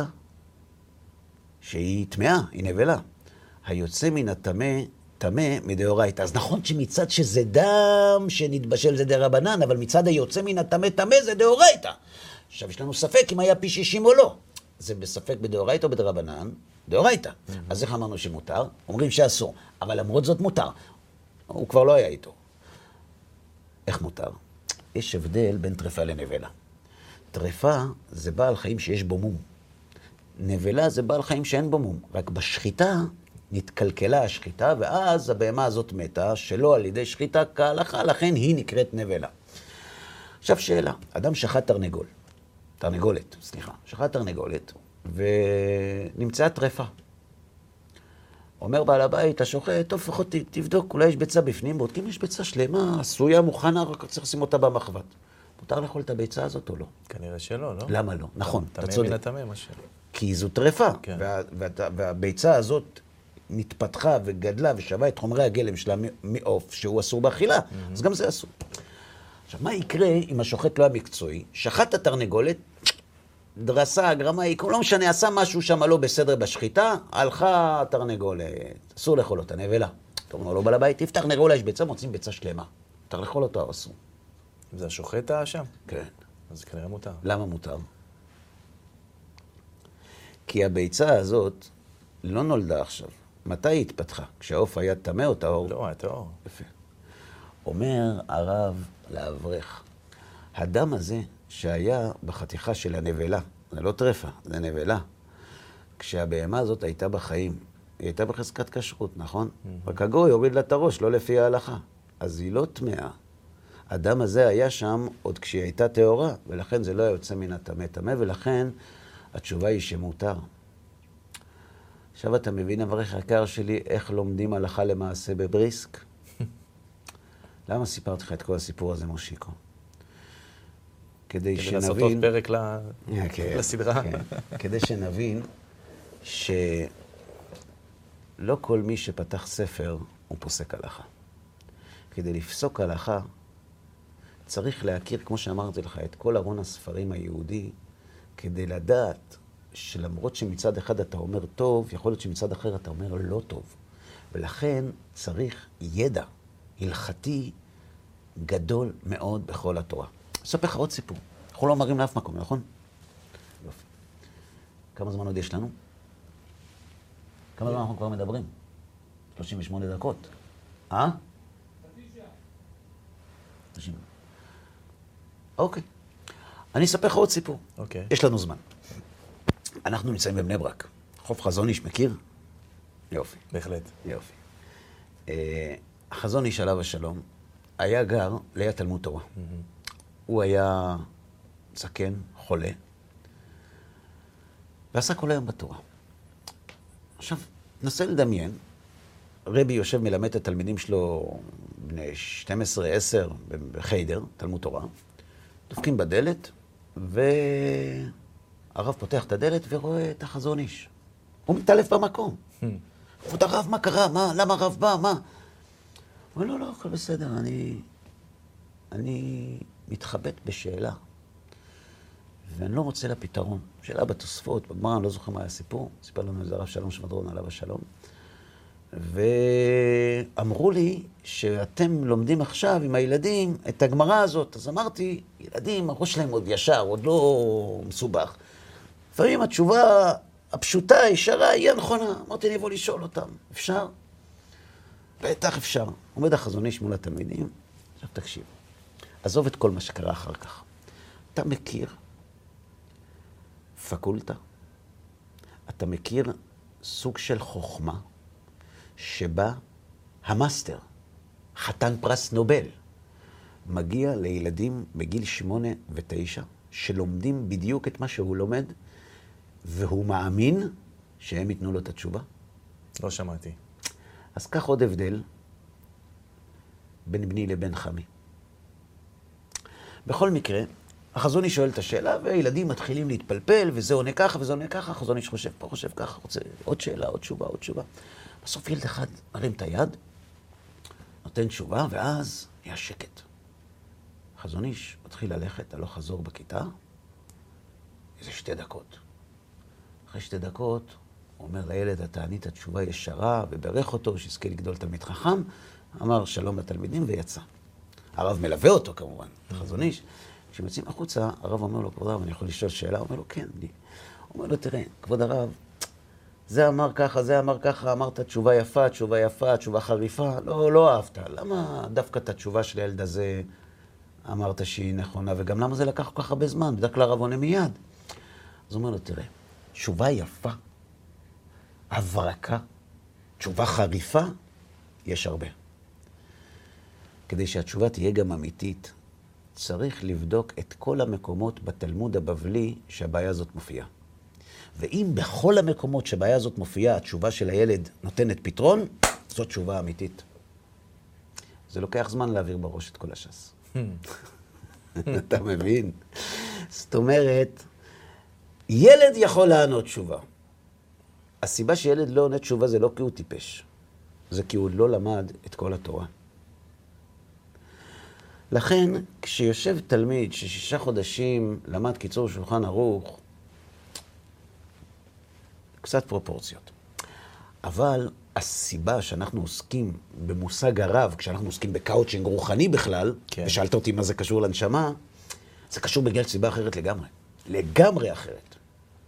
שהיא טמאה, היא נבלה. היוצא מן הטמא טמא מדאורייתא. אז נכון שמצד שזה דם שנתבשל זה דרבנן, אבל מצד היוצא מן הטמא טמא זה דאורייתא. עכשיו יש לנו ספק אם היה פי 60 או לא. זה בספק בדאורייתא או בדרבנן? דאורייתא. אז איך אמרנו שמותר? אומרים שאסור. אבל למרות זאת מותר. הוא כבר לא היה איתו. איך מותר? יש הבדל בין טרפה לנבלה. טרפה זה בעל חיים שיש בו מום. נבלה זה בעל חיים שאין בו מום. רק בשחיטה נתקלקלה השחיטה, ואז הבהמה הזאת מתה, שלא על ידי שחיטה כהלכה, לכן היא נקראת נבלה. עכשיו שאלה, אדם שחט תרנגולת, שחט תרנגולת, ונמצאה טרפה. אומר בעל הבית, השוחט, טוב, לפחות תבדוק, אולי יש ביצה בפנים, בודקים יש ביצה שלמה, עשויה מוכנה, רק צריך לשים אותה במחבת. מותר לאכול את הביצה הזאת או לא? כנראה שלא, לא? למה לא? נכון, אתה טמא צודק. מן הטמא, מה שלא. כי זו טרפה, כן. והביצה הזאת נתפתחה וגדלה ושווה את חומרי הגלם שלה מעוף, שהוא אסור באכילה, אז גם זה אסור. עכשיו, מה יקרה אם השוחט לא היה מקצועי? שחט את התרנגולת, דרסה, גרמה, לא משנה, עשה משהו שם לא בסדר בשחיטה, הלכה התרנגולת, אסור לאכול אותה, נבלה. אתה אומר לו, לא בא לבית, תפתח נגולה, יש ביצה, מוצאים ביצה שלמה. אתה לאכול אותה או אסור? אם זה השוחט האשם? כן. אז כנראה מותר. למה מותר? כי הביצה הזאת לא נולדה עכשיו. מתי היא התפתחה? כשהעוף היה טמא או טהור? לא, היה טהור. יפה. אומר הרב לאברך, הדם הזה שהיה בחתיכה של הנבלה, זה לא טרפה, זה נבלה. כשהבהמה הזאת הייתה בחיים, היא הייתה בחזקת כשרות, נכון? רק הגוי הוריד לה את הראש, לא לפי ההלכה. אז היא לא טמאה. הדם הזה היה שם עוד כשהיא הייתה טהורה, ולכן זה לא היה יוצא מן הטמא טמא, ולכן התשובה היא שמותר. עכשיו אתה מבין, אברך יקר שלי, איך לומדים הלכה למעשה בבריסק? למה סיפרתי לך את כל הסיפור הזה, מושיקו? כדי שנבין... לעשות עוד פרק לסדרה. כדי שנבין שלא כל מי שפתח ספר הוא פוסק הלכה. כדי לפסוק הלכה צריך להכיר, כמו שאמרתי לך, את כל ארון הספרים היהודי, כדי לדעת שלמרות שמצד אחד אתה אומר טוב, יכול להיות שמצד אחר אתה אומר לא טוב. ולכן צריך ידע הלכתי גדול מאוד בכל התורה. אספר לך עוד סיפור. אנחנו לא אומרים לאף מקום, נכון? יופי. כמה זמן עוד יש לנו? כמה זמן אנחנו כבר מדברים? 38 דקות. אוקיי. אני אספר לך עוד סיפור. אוקיי. יש לנו זמן. אנחנו נמצאים בבני ברק. חוף חזון איש, מכיר? יופי. בהחלט. יופי. החזון איש עליו השלום היה גר ליד תלמוד תורה. הוא היה זקן, חולה, ועשה כל היום בתורה. עכשיו, נסה לדמיין, רבי יושב מלמד את התלמידים שלו, בני 12-10, בחיידר, תלמוד תורה, דופקים בדלת, והרב פותח את הדלת ורואה את החזון איש. הוא מתעלף במקום. כבוד הרב, מה קרה? מה? למה הרב בא? מה? הוא אומר, לא, הכל בסדר, אני מתחבט בשאלה, ואני לא מוצא לה פתרון. שאלה בתוספות, בגמרא, אני לא זוכר מה היה הסיפור, סיפר לנו איזה הרב שלום שמדרון עליו השלום, ואמרו לי שאתם לומדים עכשיו עם הילדים את הגמרא הזאת. אז אמרתי, ילדים, הראש שלהם עוד ישר, עוד לא מסובך. לפעמים התשובה הפשוטה, הישרה, היא הנכונה. אמרתי, אני אבוא לשאול אותם. אפשר? בטח אפשר. עומד החזון איש מול התלמידים. עכשיו תקשיב. עזוב את כל מה שקרה אחר כך. אתה מכיר פקולטה? אתה מכיר סוג של חוכמה שבה המאסטר, חתן פרס נובל, מגיע לילדים בגיל 8 ו9, שלומדים בדיוק את מה שהוא לומד, והוא מאמין שהם ייתנו לו את התשובה? לא שמעתי. אז כך עוד הבדל בין בני לבין חמי. בכל מקרה, החזון איש שואל את השאלה, וילדים מתחילים להתפלפל, וזה עונה ככה, וזה עונה ככה, החזון איש חושב פה, חושב ככה, רוצה עוד שאלה, עוד תשובה, עוד תשובה. בסוף ילד אחד מרים את היד, נותן תשובה, ואז נהיה שקט. חזון איש מתחיל ללכת הלוך חזור בכיתה, איזה 2 דקות. אחרי 2 דקות, הוא אומר לילד, אתה ענית התשובה ישרה, וברך אותו, שיזכה לגדול תלמיד חכם, אמר שלום לתלמידים ויצא. הרב מלווה אותו כמובן, חזון איש. כשמצאים החוצה, הרב אומר לו, כבוד הרב, אני יכול לשאול שאלה? הוא אומר לו, כן. הוא אומר לו, תראה, כבוד הרב, זה אמר ככה, זה אמר ככה, אמרת תשובה יפה, תשובה יפה, תשובה חריפה. לא אהבת. למה דווקא את התשובה של הילד הזה אמרת שהיא נכונה, וגם למה זה לקח כל כך הרבה זמן? בדרך כלל הרב עונה מיד. אז הוא אומר לו, תראה, תשובה יפה, הברקה, תשובה חריפה, יש הרבה. כדי שהתשובה תהיה גם אמיתית, צריך לבדוק את כל המקומות בתלמוד הבבלי שהבעיה הזאת מופיעה. ואם בכל המקומות שהבעיה הזאת מופיעה, התשובה של הילד נותנת פתרון, זאת תשובה אמיתית. זה לוקח זמן להעביר בראש את כל הש"ס. אתה מבין? זאת אומרת, ילד יכול לענות תשובה. הסיבה שילד לא עונה תשובה זה לא כי הוא טיפש. זה כי הוא לא למד את כל התורה. לכן, כשיושב תלמיד ש6 חודשים למד קיצור שולחן ערוך, קצת פרופורציות. אבל הסיבה שאנחנו עוסקים במושג הרב, כשאנחנו עוסקים בקאוצ'ינג רוחני בכלל, כן. ושאלת אותי מה זה קשור לנשמה, זה קשור בגלל סיבה אחרת לגמרי. לגמרי אחרת.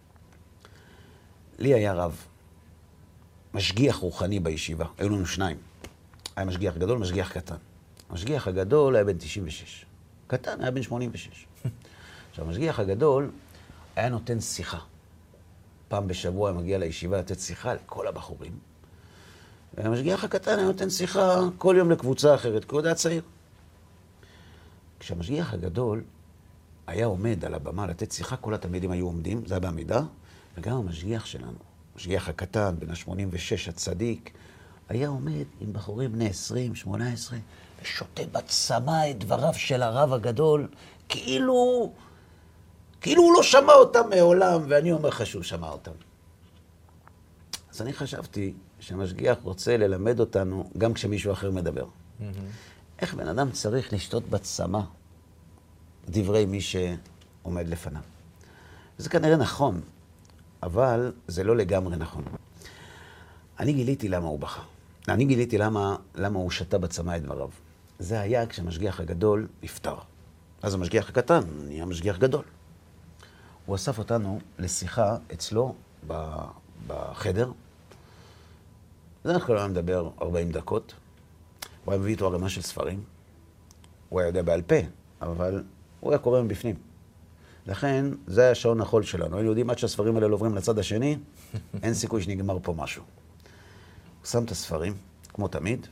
לי היה רב, משגיח רוחני בישיבה. היו לנו 2. היה משגיח גדול, משגיח קטן. המשגיח הגדול היה בן 96. קטן היה בן 86. עכשיו, המשגיח הגדול היה נותן שיחה. פעם בשבוע היה מגיע לישיבה לתת שיחה לכל הבחורים. והמשגיח הקטן היה נותן שיחה כל יום לקבוצה אחרת, כי הוא היה צעיר. כשהמשגיח הגדול היה עומד על הבמה לתת שיחה, כל התלמידים היו עומדים, זה היה בעמידה, וגם המשגיח שלנו, המשגיח הקטן, בן ה-86, הצדיק, היה עומד עם בחורים בני 20, 18, ושותה בצמא את דבריו של הרב הגדול, כאילו הוא לא שמע אותם מעולם, ואני אומר לך שהוא שמע אותם. אז אני חשבתי שהמשגיח רוצה ללמד אותנו גם כשמישהו אחר מדבר. איך בן אדם צריך לשתות בצמא דברי מי שעומד לפניו. זה כנראה נכון, אבל זה לא לגמרי נכון. אני גיליתי למה הוא בכה. אני גיליתי למה הוא שתה בצמא את דבריו. זה היה כשהמשגיח הגדול נפטר. אז המשגיח הקטן נהיה משגיח גדול. הוא אסף אותנו לשיחה אצלו בחדר. זה כלל היה מדבר 40 דקות. הוא היה מביא איתו ערימה של ספרים. הוא היה יודע בעל פה, אבל הוא היה קורא מבפנים. לכן, זה היה שעון החול שלנו. היינו יודעים עד שהספרים האלה עוברים לצד השני, אין סיכוי שנגמר פה משהו. הוא שם את הספרים, כמו תמיד,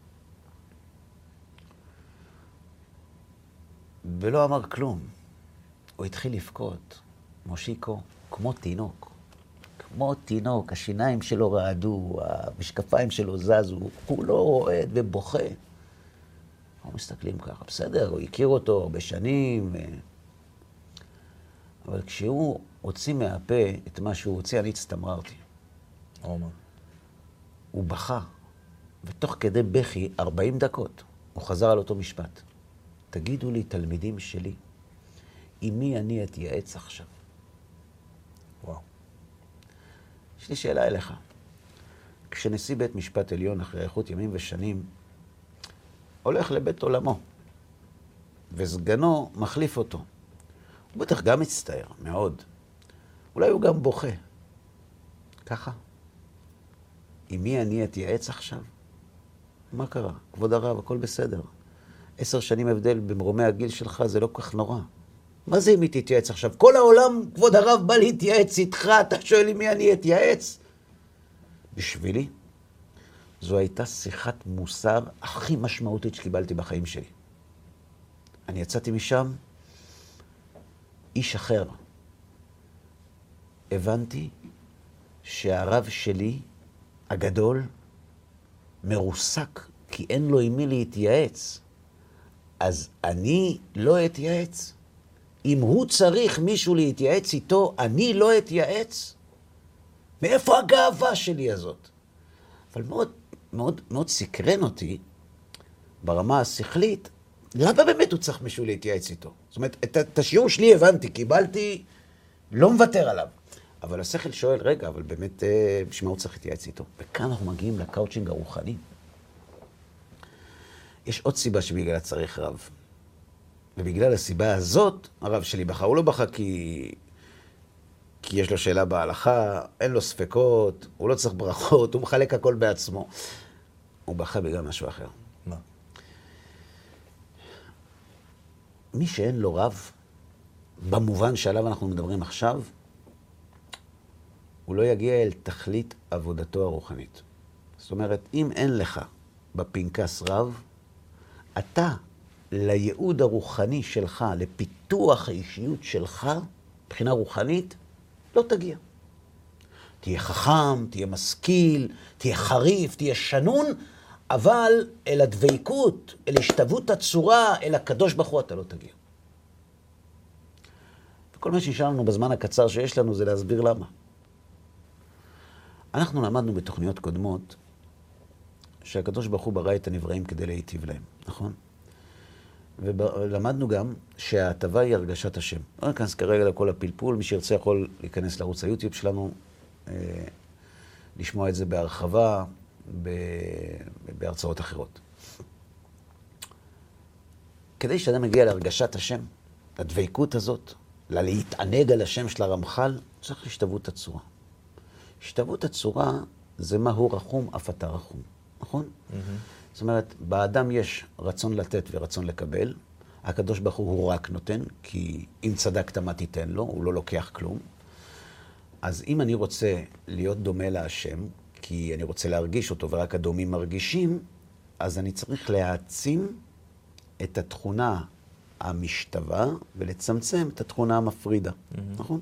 ולא אמר כלום. הוא התחיל לבכות, מושיקו, כמו תינוק. כמו תינוק, השיניים שלו רעדו, המשקפיים שלו זזו, כולו רועד ובוכה. אנחנו מסתכלים ככה, בסדר, הוא הכיר אותו הרבה שנים, אבל כשהוא הוציא מהפה את מה שהוא הוציא, אני הצטמררתי. הוא בכה, ותוך כדי בכי 40 דקות, הוא חזר על אותו משפט. תגידו לי, תלמידים שלי, עם מי אני אתייעץ עכשיו? וואו. יש לי שאלה אליך. כשנשיא בית משפט עליון אחרי איכות ימים ושנים, הולך לבית עולמו, וסגנו מחליף אותו. הוא בטח גם מצטער, מאוד. אולי הוא גם בוכה. ככה. עם מי אני אתייעץ עכשיו? מה קרה? כבוד הרב, הכל בסדר. 10 שנים הבדל במרומי הגיל שלך, זה לא כל כך נורא. מה זה אם היא תתייעץ עכשיו? כל העולם, כבוד הרב, בא להתייעץ איתך, אתה שואל עם מי אני אתייעץ? בשבילי, זו הייתה שיחת מוסר הכי משמעותית שקיבלתי בחיים שלי. אני יצאתי משם, איש אחר. הבנתי שהרב שלי, הגדול, מרוסק, כי אין לו עם מי להתייעץ. אז אני לא אתייעץ. אם הוא צריך מישהו להתייעץ איתו, אני לא אתייעץ. מאיפה הגאווה שלי הזאת? אבל מאוד, מאוד, מאוד סקרן אותי ברמה השכלית, למה באמת הוא צריך מישהו להתייעץ איתו? זאת אומרת, את השיעור שלי הבנתי, קיבלתי, לא מוותר עליו. אבל השכל שואל, רגע, אבל באמת, בשביל מה הוא צריך להתייעץ איתו? וכאן אנחנו מגיעים לקאוצ'ינג הרוחני. יש עוד סיבה שבגלל צריך רב. ובגלל הסיבה הזאת, הרב שלי בכה, הוא לא בכה כי יש לו שאלה בהלכה, אין לו ספקות, הוא לא צריך ברכות, הוא מחלק הכל בעצמו. הוא בכה בגלל משהו אחר. מה? מי שאין לו רב, במובן שעליו אנחנו מדברים עכשיו, הוא לא יגיע אל תכלית עבודתו הרוחנית. זאת אומרת, אם אין לך בפנקס רב, אתה לייעוד הרוחני שלך, לפיתוח האישיות שלך, מבחינה רוחנית, לא תגיע. תהיה חכם, תהיה משכיל, תהיה חריף, תהיה שנון, אבל אל הדבקות, אל השתוות הצורה, אל הקדוש ברוך הוא אתה לא תגיע. וכל מה שנשאר לנו בזמן הקצר שיש לנו זה להסביר למה. אנחנו למדנו בתוכניות קודמות שהקדוש ברוך הוא ברא את הנבראים כדי להיטיב להם, נכון? ולמדנו גם שההטבה היא הרגשת השם. לא ניכנס כרגע לכל הפלפול, מי שירצה יכול להיכנס לערוץ היוטיוב שלנו, לשמוע את זה בהרחבה, בהרצאות אחרות. כדי שאדם מגיע להרגשת השם, לדבקות הזאת, להתענג על השם של הרמח"ל, צריך להשתוות הצורה. השתוות הצורה זה מהו רחום, אף אתה רחום, נכון? זאת אומרת, באדם יש רצון לתת ורצון לקבל. הקדוש ברוך הוא רק נותן, כי אם צדקת מה תיתן לו, הוא לא לוקח כלום. אז אם אני רוצה להיות דומה להשם, כי אני רוצה להרגיש אותו ורק הדומים מרגישים, אז אני צריך להעצים את התכונה המשתווה ולצמצם את התכונה המפרידה, נכון?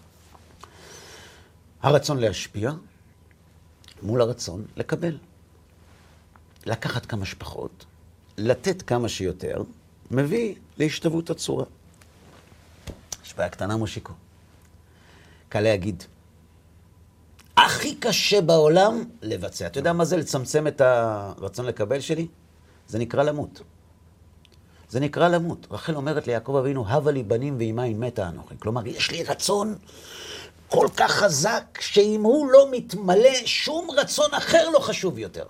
הרצון להשפיע מול הרצון לקבל. לקחת כמה שפחות, לתת כמה שיותר, מביא להשתוות הצורה. יש בעיה קטנה מושיקו. קל להגיד. הכי קשה בעולם לבצע. אתה יודע מה זה לצמצם את הרצון לקבל שלי? זה נקרא למות. זה נקרא למות. רחל אומרת ליעקב אבינו, הבה לי בנים ואימה אם מתה אנוכי. כלומר, יש לי רצון כל כך חזק, שאם הוא לא מתמלא, שום רצון אחר לא חשוב יותר.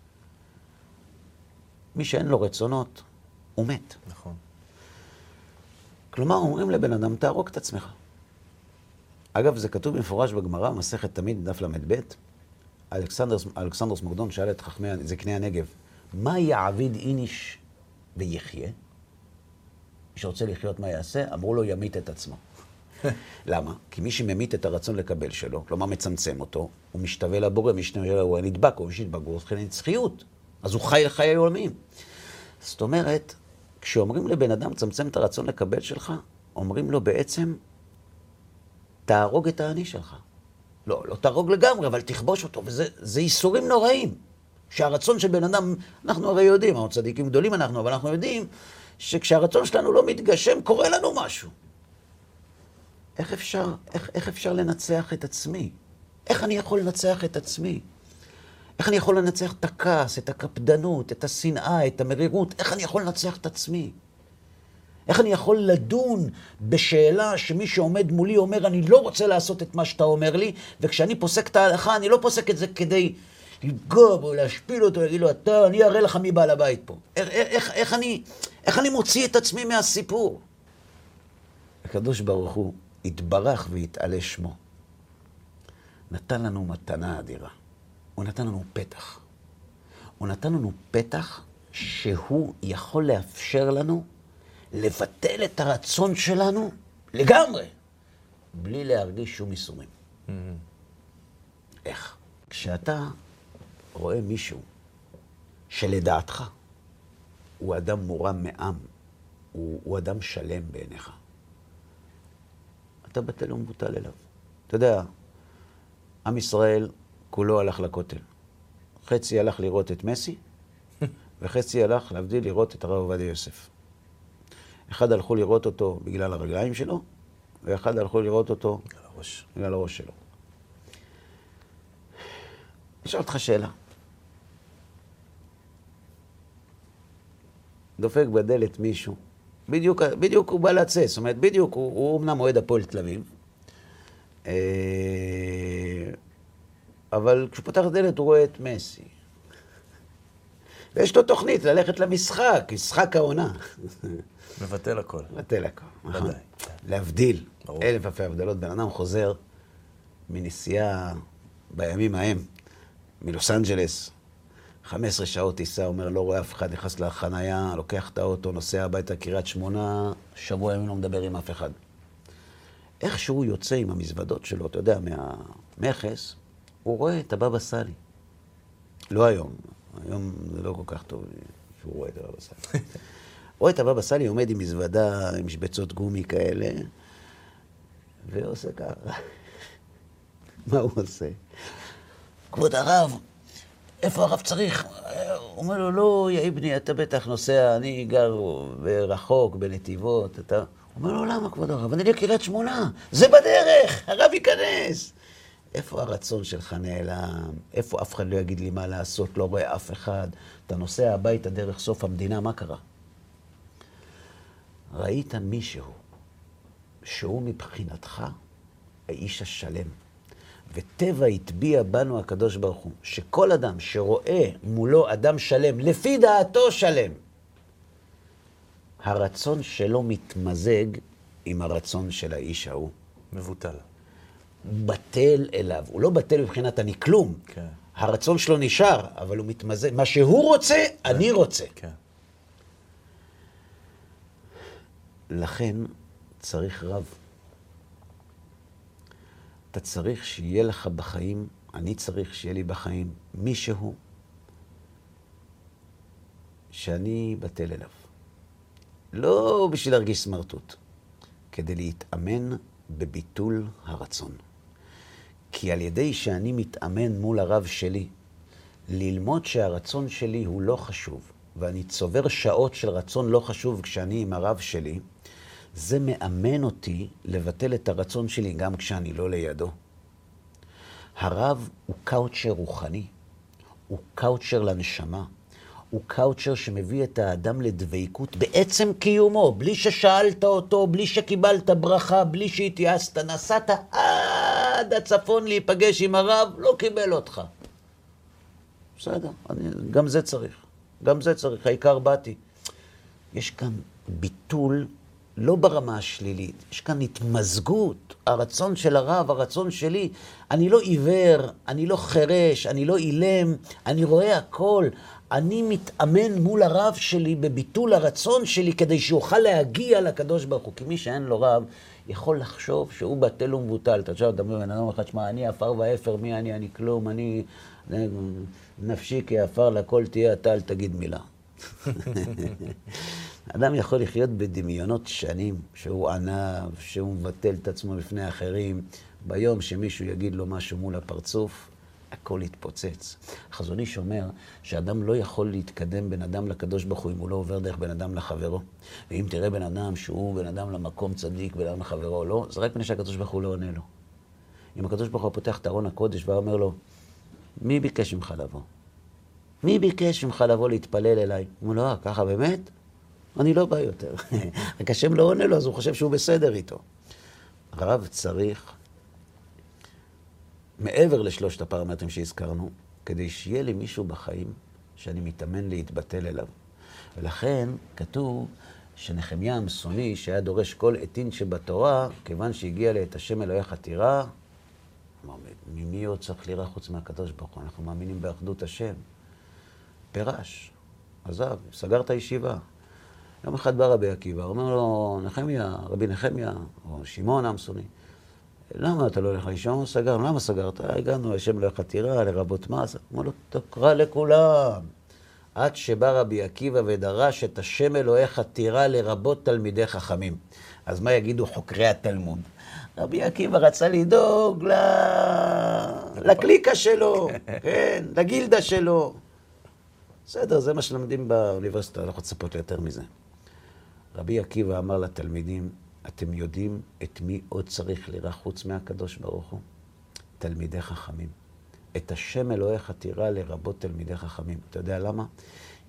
מי שאין לו רצונות, הוא מת. נכון. כלומר, אומרים לבן אדם, תהרוג את עצמך. אגב, זה כתוב במפורש בגמרא, מסכת תמיד, דף למד ב', אלכסנדרוס מוקדון שאל את חכמי זקני הנגב, מה יעביד איניש ויחיה? מי שרוצה לחיות מה יעשה? אמרו לו, ימית את עצמו. למה? כי מי שממית את הרצון לקבל שלו, כלומר מצמצם אותו, הוא משתווה לבורא, משתווה הוא נדבק, הוא נדבק, הוא עושה נצחיות. אז הוא חי לחיי היומיים. זאת אומרת, כשאומרים לבן אדם, צמצם את הרצון לקבל שלך, אומרים לו בעצם, תהרוג את האני שלך. לא תהרוג לגמרי, אבל תכבוש אותו. וזה איסורים נוראים. שהרצון של בן אדם, אנחנו הרי יודעים, אנחנו צדיקים גדולים אנחנו, אבל אנחנו יודעים שכשהרצון שלנו לא מתגשם, קורה לנו משהו. איך אפשר לנצח את עצמי? איך אני יכול לנצח את עצמי? איך אני יכול לנצח את הכעס, את הקפדנות, את השנאה, את המרירות? איך אני יכול לנצח את עצמי? איך אני יכול לדון בשאלה שמי שעומד מולי אומר, אני לא רוצה לעשות את מה שאתה אומר לי, וכשאני פוסק את ההלכה, אני לא פוסק את זה כדי לפגוע בו, להשפיל אותו, להגיד לו, אני אראה לך מי בעל הבית פה. איך אני מוציא את עצמי מהסיפור? הקדוש ברוך הוא התברך והתעלה שמו. נתן לנו מתנה אדירה. הוא נתן לנו פתח. הוא נתן לנו פתח שהוא יכול לאפשר לנו לבטל את הרצון שלנו לגמרי, בלי להרגיש שום איסורים. איך? כשאתה רואה מישהו שלדעתך הוא אדם מורם מעם, הוא אדם שלם בעיניך, אתה בטל ומבוטל אליו. אתה יודע, עם ישראל כולו הלך לכותל. חצי הלך לראות את מסי, וחצי הלך להבדיל לראות את הרב עובדיה יוסף. אחד הלכו לראות אותו בגלל הרגליים שלו, ואחד הלכו לראות אותו בגלל הראש שלו. אשאל אותך שאלה. דופק בדלת מישהו. בדיוק הוא בא לצאת, זאת אומרת, בדיוק הוא אמנם אוהד הפועל תל אביב, אבל כשהוא פותח דלת הוא רואה את מסי. ויש לו תוכנית ללכת למשחק, משחק העונה. מבטל הכל. מבטל הכל, נכון. ודאי. להבדיל, ברור. 1000 אלפי הבדלות. בן אדם חוזר מנסיעה בימים ההם, מלוס אנג'לס, 15 שעות טיסה, אומר, לא רואה אף אחד, נכנס לחנייה, לוקח את האוטו, נוסע הביתה, קריית שמונה, שבוע ימים לא מדבר עם אף אחד. איך שהוא יוצא עם המזוודות שלו, אתה יודע, מהמכס, הוא רואה את הבבא סאלי. לא היום, היום זה לא כל כך טוב שהוא רואה את הבבא סאלי. רואה את הבבא סאלי עומד עם מזוודה, עם משבצות גומי כאלה, ועושה ככה. מה הוא עושה? כבוד הרב, איפה הרב צריך? הוא אומר לו, לא, יא אבני, אתה בטח נוסע, אני גר רחוק, בנתיבות, אתה... הוא אומר לו, למה כבוד הרב? אני לקריית שמונה, זה בדרך, הרב ייכנס. איפה הרצון שלך נעלם? איפה אף אחד לא יגיד לי מה לעשות, לא רואה אף אחד? אתה נוסע הביתה דרך סוף המדינה, מה קרה? ראית מישהו שהוא מבחינתך האיש השלם. וטבע הטביע בנו הקדוש ברוך הוא, שכל אדם שרואה מולו אדם שלם, לפי דעתו שלם, הרצון שלו מתמזג עם הרצון של האיש ההוא. מבוטל. בטל אליו. הוא לא בטל מבחינת אני כלום. כן. הרצון שלו נשאר, אבל הוא מתמזג. מה שהוא רוצה, אני רוצה. כן. לכן צריך רב. אתה צריך שיהיה לך בחיים, אני צריך שיהיה לי בחיים, מישהו שאני בטל אליו. לא בשביל להרגיש סמרטוט, כדי להתאמן בביטול הרצון. כי על ידי שאני מתאמן מול הרב שלי, ללמוד שהרצון שלי הוא לא חשוב, ואני צובר שעות של רצון לא חשוב כשאני עם הרב שלי, זה מאמן אותי לבטל את הרצון שלי גם כשאני לא לידו. הרב הוא קאוצ'ר רוחני, הוא קאוצ'ר לנשמה, הוא קאוצ'ר שמביא את האדם לדביקות בעצם קיומו, בלי ששאלת אותו, בלי שקיבלת ברכה, בלי שהתייאסת, נסעת עד הצפון להיפגש עם הרב, לא קיבל אותך. בסדר, גם זה צריך, גם זה צריך, העיקר באתי. יש כאן ביטול, לא ברמה השלילית, יש כאן התמזגות, הרצון של הרב, הרצון שלי. אני לא עיוור, אני לא חרש, אני לא אילם, אני רואה הכל. אני מתאמן מול הרב שלי בביטול הרצון שלי כדי שיוכל להגיע לקדוש ברוך הוא. כי מי שאין לו רב יכול לחשוב שהוא בטל ומבוטל. אתה חושב, אתה אומר, בן אדם אחד, שמה, אני עפר ואפר, מי אני כלום, אני נפשי כעפר, לכל תהיה אתה, אל תגיד מילה. אדם יכול לחיות בדמיונות שנים, שהוא ענב, שהוא מבטל את עצמו בפני אחרים. ביום שמישהו יגיד לו משהו מול הפרצוף, הכל יתפוצץ. החזון איש אומר שאדם לא יכול להתקדם בין אדם לקדוש ברוך הוא אם הוא לא עובר דרך בין אדם לחברו. ואם תראה בן אדם שהוא בן אדם למקום צדיק, בן אדם לחברו, לא, זה רק מפני שהקדוש ברוך הוא לא עונה לו. אם הקדוש ברוך הוא פותח את ארון הקודש ואומר לו, מי ביקש ממך לבוא? מי ביקש ממך לבוא להתפלל אליי? הוא אומר לו, ככה באמת? אני לא בא יותר. רק השם לא עונה לו, אז הוא חושב שהוא בסדר איתו. הרב צריך, מעבר לשלושת הפרמטרים שהזכרנו, כדי שיהיה לי מישהו בחיים שאני מתאמן להתבטל אליו. ולכן כתוב שנחמיה המסוני, שהיה דורש כל עתין שבתורה, כיוון שהגיע לעת השם אלוהיך תירא, אמר, ממי עוד צריך לירא חוץ מהקדוש ברוך הוא? אנחנו מאמינים באחדות השם. פירש, עזב, סגר את הישיבה. יום אחד בא רבי עקיבא, אומר לו, נחמיה, רבי נחמיה, או שמעון המסוני, למה אתה לא הולך לישון? סגר, למה סגרת? הגענו, השם אלוהיך תירא, לרבות מעשה. אמר לו, תקרא לכולם. עד שבא רבי עקיבא ודרש את השם אלוהיך תירא לרבות תלמידי חכמים. אז מה יגידו חוקרי התלמוד? רבי עקיבא רצה לדאוג לקליקה שלו, כן, לגילדה שלו. בסדר, זה מה שלמדים באוניברסיטה, לא יכול לצפות יותר מזה. רבי עקיבא אמר לתלמידים, אתם יודעים את מי עוד צריך לירא חוץ מהקדוש ברוך הוא? תלמידי חכמים. את השם אלוהיך תירא לרבות תלמידי חכמים. אתה יודע למה?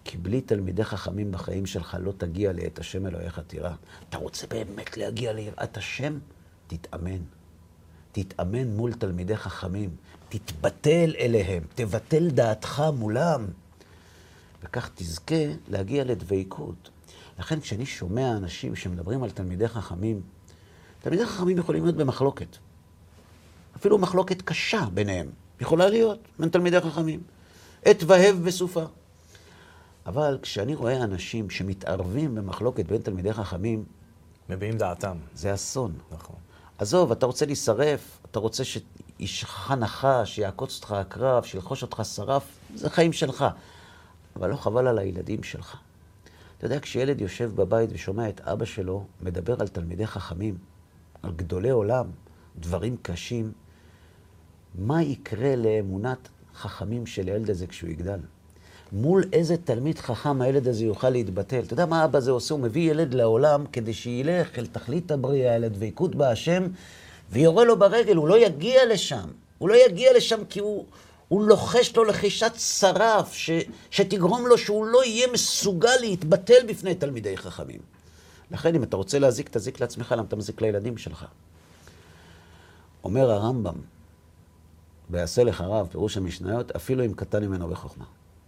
כי בלי תלמידי חכמים בחיים שלך לא תגיע לעת השם אלוהיך תירא. אתה רוצה באמת להגיע ליראת השם? תתאמן. תתאמן מול תלמידי חכמים. תתבטל אליהם. תבטל דעתך מולם. וכך תזכה להגיע לדבקות. לכן כשאני שומע אנשים שמדברים על תלמידי חכמים, תלמידי חכמים יכולים להיות במחלוקת. אפילו מחלוקת קשה ביניהם. יכולה להיות בין תלמידי חכמים. עת והב בסופה. אבל כשאני רואה אנשים שמתערבים במחלוקת בין תלמידי חכמים, מביעים דעתם. זה אסון. נכון. עזוב, אתה רוצה להישרף, אתה רוצה שישך נחש, שיעקוץ אותך הקרב, שילחוש אותך שרף, זה חיים שלך. אבל לא חבל על הילדים שלך. אתה יודע, כשילד יושב בבית ושומע את אבא שלו מדבר על תלמידי חכמים, על גדולי עולם, דברים קשים, מה יקרה לאמונת חכמים של הילד הזה כשהוא יגדל? מול איזה תלמיד חכם הילד הזה יוכל להתבטל? אתה יודע מה האבא הזה עושה? הוא מביא ילד לעולם כדי שילך אל תכלית הבריאה, אל הדבקות בהשם, ויורה לו ברגל. הוא לא יגיע לשם. הוא לא יגיע לשם כי הוא לוחש לו לחישת שרף שתגרום לו שהוא לא יהיה מסוגל להתבטל בפני תלמידי חכמים. לכן אם אתה רוצה להזיק, תזיק לעצמך, למה אתה מזיק לילדים שלך. אומר הרמב"ם, ויעשה לך רב, פירוש המשניות, אפילו אם קטן ממנו בחוכמה.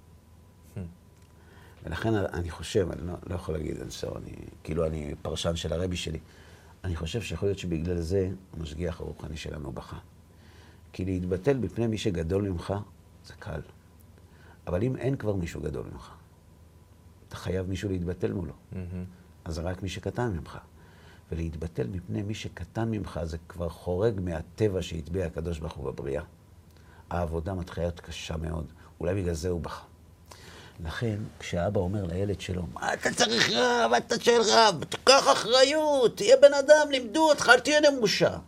ולכן אני חושב, אני לא יכול להגיד, כאילו אני פרשן של הרבי שלי, אני חושב שיכול להיות שבגלל זה המשגיח הרוחני שלנו בכה. כי להתבטל בפני מי שגדול ממך, זה קל. אבל אם אין כבר מישהו גדול ממך, אתה חייב מישהו להתבטל מולו. אז זה רק מי שקטן ממך. ולהתבטל מפני מי שקטן ממך, זה כבר חורג מהטבע שהטביע הקדוש ברוך הוא בבריאה. העבודה מתחילה להיות קשה מאוד. אולי בגלל זה הוא בכה. לכן, כשהאבא אומר לילד שלו, מה אתה צריך רב? אתה שואל רב, תיקח אחריות, תהיה בן אדם, לימדו אותך, אל תהיה נמושה.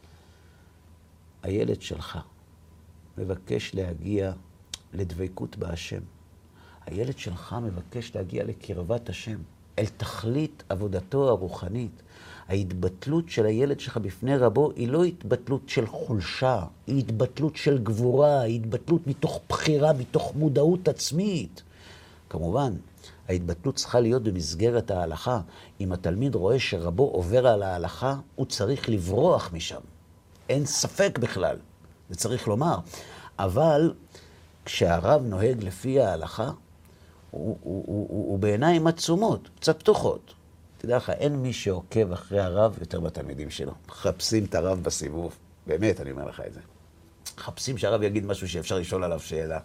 הילד שלך מבקש להגיע לדבקות בהשם. הילד שלך מבקש להגיע לקרבת השם, אל תכלית עבודתו הרוחנית. ההתבטלות של הילד שלך בפני רבו היא לא התבטלות של חולשה, היא התבטלות של גבורה, היא התבטלות מתוך בחירה, מתוך מודעות עצמית. כמובן, ההתבטלות צריכה להיות במסגרת ההלכה. אם התלמיד רואה שרבו עובר על ההלכה, הוא צריך לברוח משם. אין ספק בכלל, זה צריך לומר. אבל כשהרב נוהג לפי ההלכה, הוא בעיניים עצומות, קצת פתוחות. תדע לך, אין מי שעוקב אחרי הרב יותר בתלמידים שלו. מחפשים את הרב בסיבוב. באמת, אני אומר לך את זה. מחפשים שהרב יגיד משהו שאפשר לשאול עליו שאלה.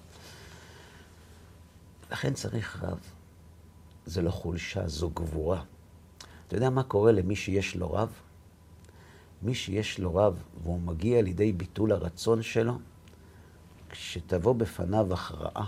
לכן צריך רב. זה לא חולשה, זו גבורה. אתה יודע מה קורה למי שיש לו רב? מי שיש לו רב והוא מגיע לידי ביטול הרצון שלו, כשתבוא בפניו הכרעה,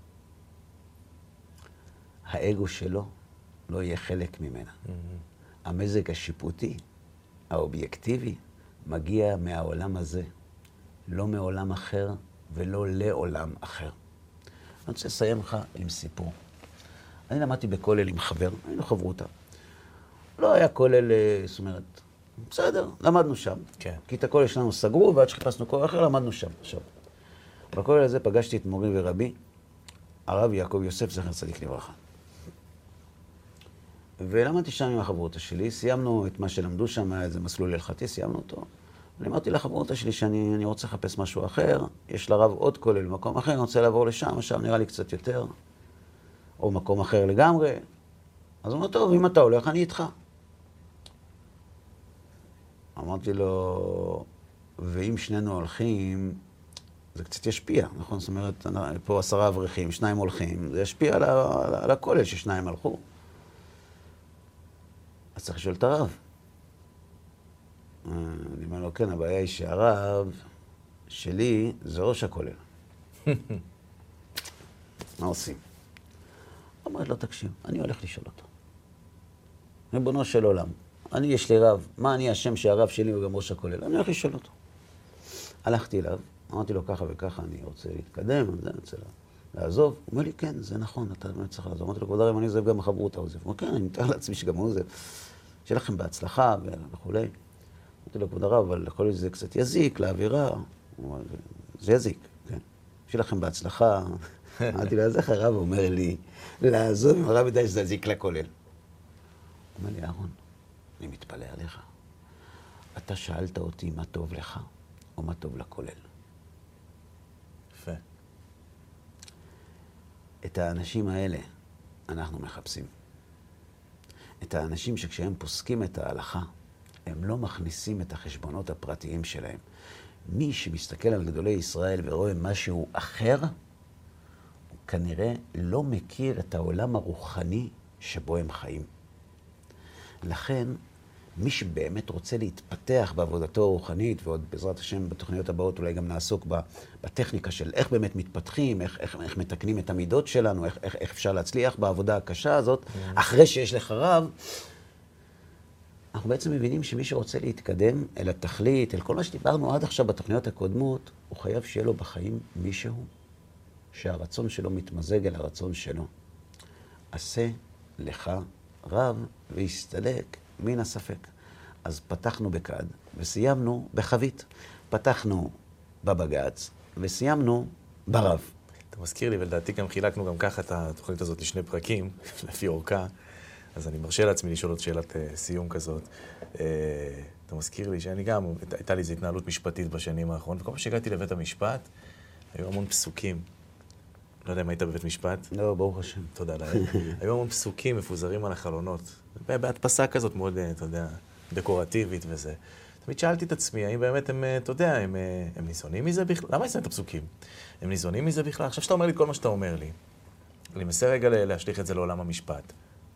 האגו שלו לא יהיה חלק ממנה. המזג השיפוטי, האובייקטיבי, מגיע מהעולם הזה, לא מעולם אחר ולא לעולם אחר. אני רוצה לסיים לך עם סיפור. אני למדתי בכולל עם חבר, היינו חברותה. לא היה כולל, זאת אומרת, בסדר, למדנו שם. כן. כי את הכולל שלנו סגרו, ועד שחיפשנו כולל אחר, למדנו שם. עכשיו, בכולל הזה פגשתי את מורי ורבי, הרב יעקב יוסף, זכר צדיק לברכה. ולמדתי שם עם החברותה שלי, סיימנו את מה שלמדו שם, היה איזה מסלול הלכתי, סיימנו אותו. אני אמרתי לחברותה שלי שאני רוצה לחפש משהו אחר, יש לרב עוד כולל במקום אחר, אני רוצה לעבור לשם, שם נראה לי קצת יותר, או מקום אחר לגמרי. אז הוא אומר, טוב, אם אתה הולך, אני איתך. אמרתי לו, ואם שנינו הולכים, זה קצת ישפיע, נכון? זאת אומרת, פה 10 אברכים, 2 הולכים, זה ישפיע על הכולל ש2 הלכו. אז צריך לשאול את הרב. אני אומר לו, כן, הבעיה היא שהרב שלי זה ראש הכולל. מה עושים? אמרת לו, תקשיב, אני הולך לשאול אותו. ריבונו של עולם, יש לי רב, מה אני השם שהרב שלי הוא גם ראש הכולל? אני הולך לשאול אותו. הלכתי אליו, אמרתי לו ככה וככה, אני רוצה להתקדם, אני רוצה לעזוב. הוא אומר לי, כן, זה נכון, אתה באמת צריך לעזוב. אמרתי לו, כבוד הרב, אני עוזב גם החברותה עוזב. הוא אומר, כן, אני מתאר לעצמי שגם הוא עוזב. שיהיה לכם בהצלחה וכו'. אמרתי לו, כבוד הרב, אבל יכול להיות שזה קצת יזיק לאווירה. זה יזיק, כן. שיהיה לכם בהצלחה. אמרתי לו, אז איך הרב אומר לי, לעזוב עם הרב מדי שזה יזיק לכולל? הוא אומר לי, אהרון, אני מתפלא עליך. אתה שאלת אותי מה טוב לך, או מה טוב לכולל. יפה. את האנשים האלה אנחנו מחפשים. את האנשים שכשהם פוסקים את ההלכה, הם לא מכניסים את החשבונות הפרטיים שלהם. מי שמסתכל על גדולי ישראל ורואה משהו אחר, הוא כנראה לא מכיר את העולם הרוחני שבו הם חיים. לכן, מי שבאמת רוצה להתפתח בעבודתו הרוחנית, ועוד בעזרת השם בתוכניות הבאות אולי גם נעסוק בטכניקה של איך באמת מתפתחים, איך מתקנים את המידות שלנו, איך אפשר להצליח בעבודה הקשה הזאת, אחרי שיש לך רב, אנחנו בעצם מבינים שמי שרוצה להתקדם אל התכלית, אל כל מה שדיברנו עד עכשיו בתוכניות הקודמות, הוא חייב שיהיה לו בחיים מישהו שהרצון שלו מתמזג אל הרצון שלו. עשה לך רב והסתלק מן הספק. אז פתחנו בקד וסיימנו בחבית. פתחנו בבגץ וסיימנו ברב. אתה מזכיר לי, ולדעתי גם חילקנו גם ככה את התוכנית הזאת לשני פרקים, לפי אורכה. אז אני מרשה לעצמי לשאול עוד שאלת סיום כזאת. אתה מזכיר לי שאני גם, הייתה לי איזו התנהלות משפטית בשנים האחרונות, וכל פעם שהגעתי לבית המשפט, היו המון פסוקים. לא יודע אם היית בבית משפט. לא, ברוך השם. תודה לאל. היו המון פסוקים מפוזרים על החלונות. בהדפסה כזאת מאוד, אתה יודע, דקורטיבית וזה. תמיד שאלתי את עצמי, האם באמת הם, אתה יודע, הם ניזונים מזה בכלל? למה יש להם את הפסוקים? הם ניזונים מזה בכלל? עכשיו שאתה אומר לי כל מה שאתה אומר לי, אני מנסה רגע להשליך את זה לעולם המשפט.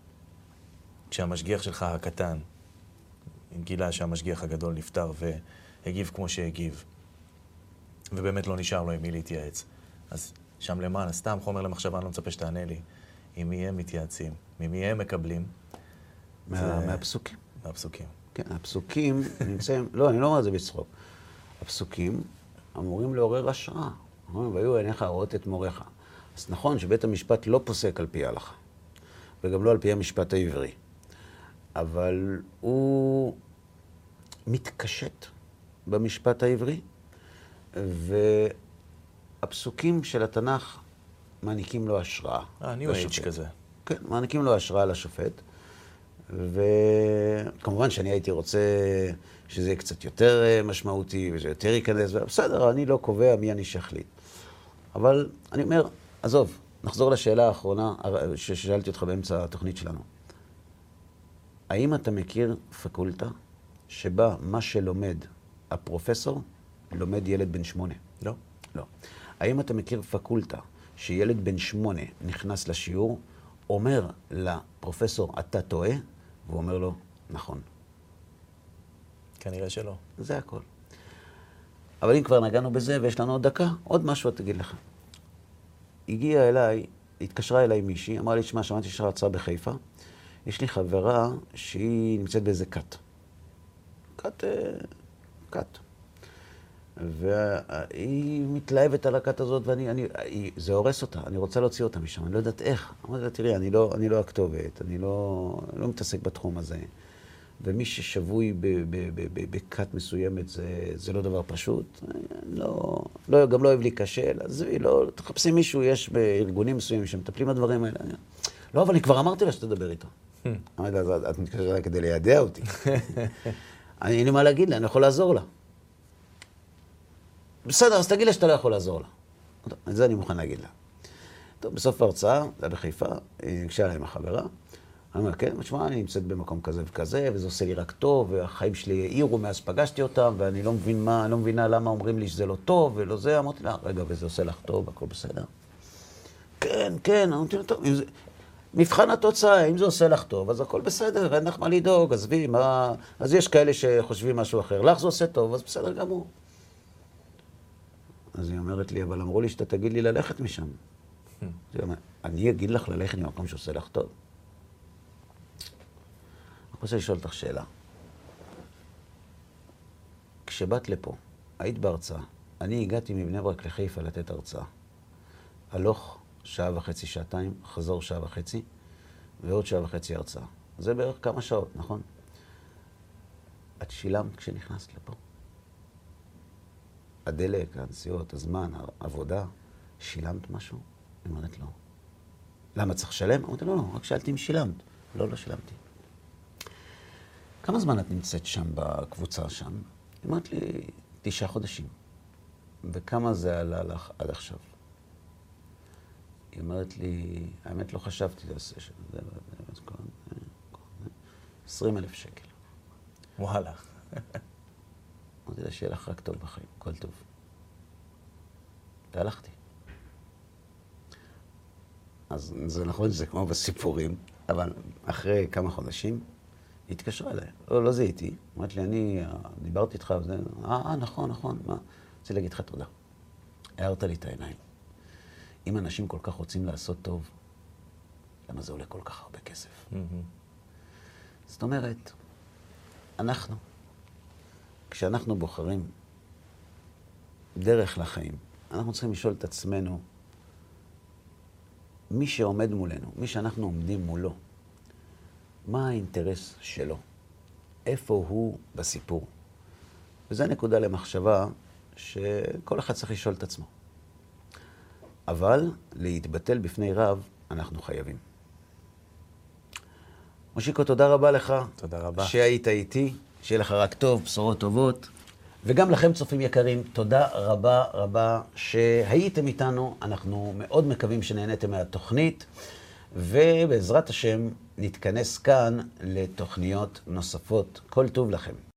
כשהמשגיח שלך הקטן, גילה שהמשגיח הגדול נפטר והגיב כמו שהגיב, ובאמת לא נשאר לו עם מי להתייעץ. אז שם למעלה, סתם חומר למחשבה, אני לא מצפה שתענה לי. עם מי הם מתייעצים? ממי הם מקבלים? מהפסוקים. מהפסוקים. כן, הפסוקים נמצאים, לא, אני לא אומר את זה בצחוק. הפסוקים אמורים לעורר השראה. והיו עיניך רואות את מורך. אז נכון שבית המשפט לא פוסק על פי ההלכה, וגם לא על פי המשפט העברי. אבל הוא מתקשט במשפט העברי, והפסוקים של התנ"ך מעניקים לו השראה. ניו אייג' כזה. כן, מעניקים לו השראה לשופט. וכמובן שאני הייתי רוצה שזה יהיה קצת יותר משמעותי, וזה יותר ייכנס, בסדר, אני לא קובע מי אני שיחליט. אבל אני אומר, עזוב, נחזור לשאלה האחרונה ששאלתי אותך באמצע התוכנית שלנו. האם אתה מכיר פקולטה שבה מה שלומד הפרופסור לומד ילד בן 8? לא. לא. האם אתה מכיר פקולטה שילד בן 8 נכנס לשיעור, אומר לפרופסור, אתה טועה, והוא אומר לו, נכון. כנראה שלא. זה הכל. אבל אם כבר נגענו בזה ויש לנו עוד דקה, עוד משהו תגיד לך. הגיעה אליי, התקשרה אליי מישהי, אמרה לי, שמע, שמעתי שיש הרצאה בחיפה, יש לי חברה שהיא נמצאת באיזה קאט. קאט. והיא מתלהבת על הקאט הזאת, זה הורס אותה, אני רוצה להוציא אותה משם, אני לא יודעת איך. אמרתי לה, תראי, אני לא הכתובת, אני לא מתעסק בתחום הזה. ומי ששבוי בקאט מסוימת, זה לא דבר פשוט. גם לא אוהב להיכשל, אז תחפשי מישהו, יש בארגונים מסוימים שמטפלים בדברים האלה. לא, אבל אני כבר אמרתי לה שתדבר איתו. אמרתי לה, את מתקשרת לה כדי לידע אותי. אין לי מה להגיד לה, אני יכול לעזור לה. בסדר, אז תגיד לה שאתה לא יכול לעזור לה. את זה אני מוכן להגיד לה. טוב, בסוף ההרצאה, זה היה בחיפה, נגשה לה עם החברה. אני אומר, כן, משמע, אני נמצאת במקום כזה וכזה, וזה עושה לי רק טוב, והחיים שלי העירו מאז פגשתי אותם, ואני לא מבינה למה אומרים לי שזה לא טוב, ולא זה. אמרתי לה, רגע, וזה עושה לך טוב, הכל בסדר? כן, אמרתי לה, טוב, מבחן התוצאה, אם זה עושה לך טוב, אז הכל בסדר, אין לך מה לדאוג, עזבי, אז יש כאלה שחושבים משהו אחר. לך זה עושה טוב, אז בסדר גמור. אז היא אומרת לי, אבל אמרו לי שאתה תגיד לי ללכת משם. היא אומרת, אני אגיד לך ללכת ממקום שעושה לך טוב? אני רוצה לשאול אותך שאלה. כשבאת לפה, היית בהרצאה, אני הגעתי מבני ברק לחיפה לתת הרצאה. הלוך, 1.5 שעה, שעתיים, חזור 1.5 שעה, ועוד 1.5 שעה הרצאה. זה בערך כמה שעות, נכון? את שילמת כשנכנסת לפה? הדלק, הנסיעות, הזמן, העבודה, שילמת משהו? היא אומרת לו, למה צריך לשלם? אמרתי לו, לא, רק שאלתי אם שילמת. לא, לא שילמתי. כמה זמן את נמצאת שם בקבוצה שם? היא אומרת לי, 9 חודשים. וכמה זה עלה לך עד עכשיו? היא אומרת לי, האמת לא חשבתי לעשות שם. 20,000 שקל. וואלה. אמרתי לה, שיהיה לך רק טוב בחיים, הכל טוב. והלכתי. אז זה נכון שזה כמו בסיפורים, אבל אחרי כמה חודשים, היא התקשרה אליי. לא זיהיתי. אמרת לי, אני דיברתי איתך, וזה, נכון, מה? רוצה להגיד לך תודה. הערת לי את העיניים. אם אנשים כל כך רוצים לעשות טוב, למה זה עולה כל כך הרבה כסף? זאת אומרת, כשאנחנו בוחרים דרך לחיים, אנחנו צריכים לשאול את עצמנו, מי שעומד מולנו, מי שאנחנו עומדים מולו, מה האינטרס שלו? איפה הוא בסיפור? וזו נקודה למחשבה שכל אחד צריך לשאול את עצמו. אבל להתבטל בפני רב אנחנו חייבים. מושיקו, תודה רבה לך. תודה רבה. שהיית איתי, שיהיה לך רק טוב, בשורות טובות. וגם לכם, צופים יקרים, תודה רבה רבה שהייתם איתנו. אנחנו מאוד מקווים שנהניתם מהתוכנית, ובעזרת השם נתכנס כאן לתוכניות נוספות. כל טוב לכם.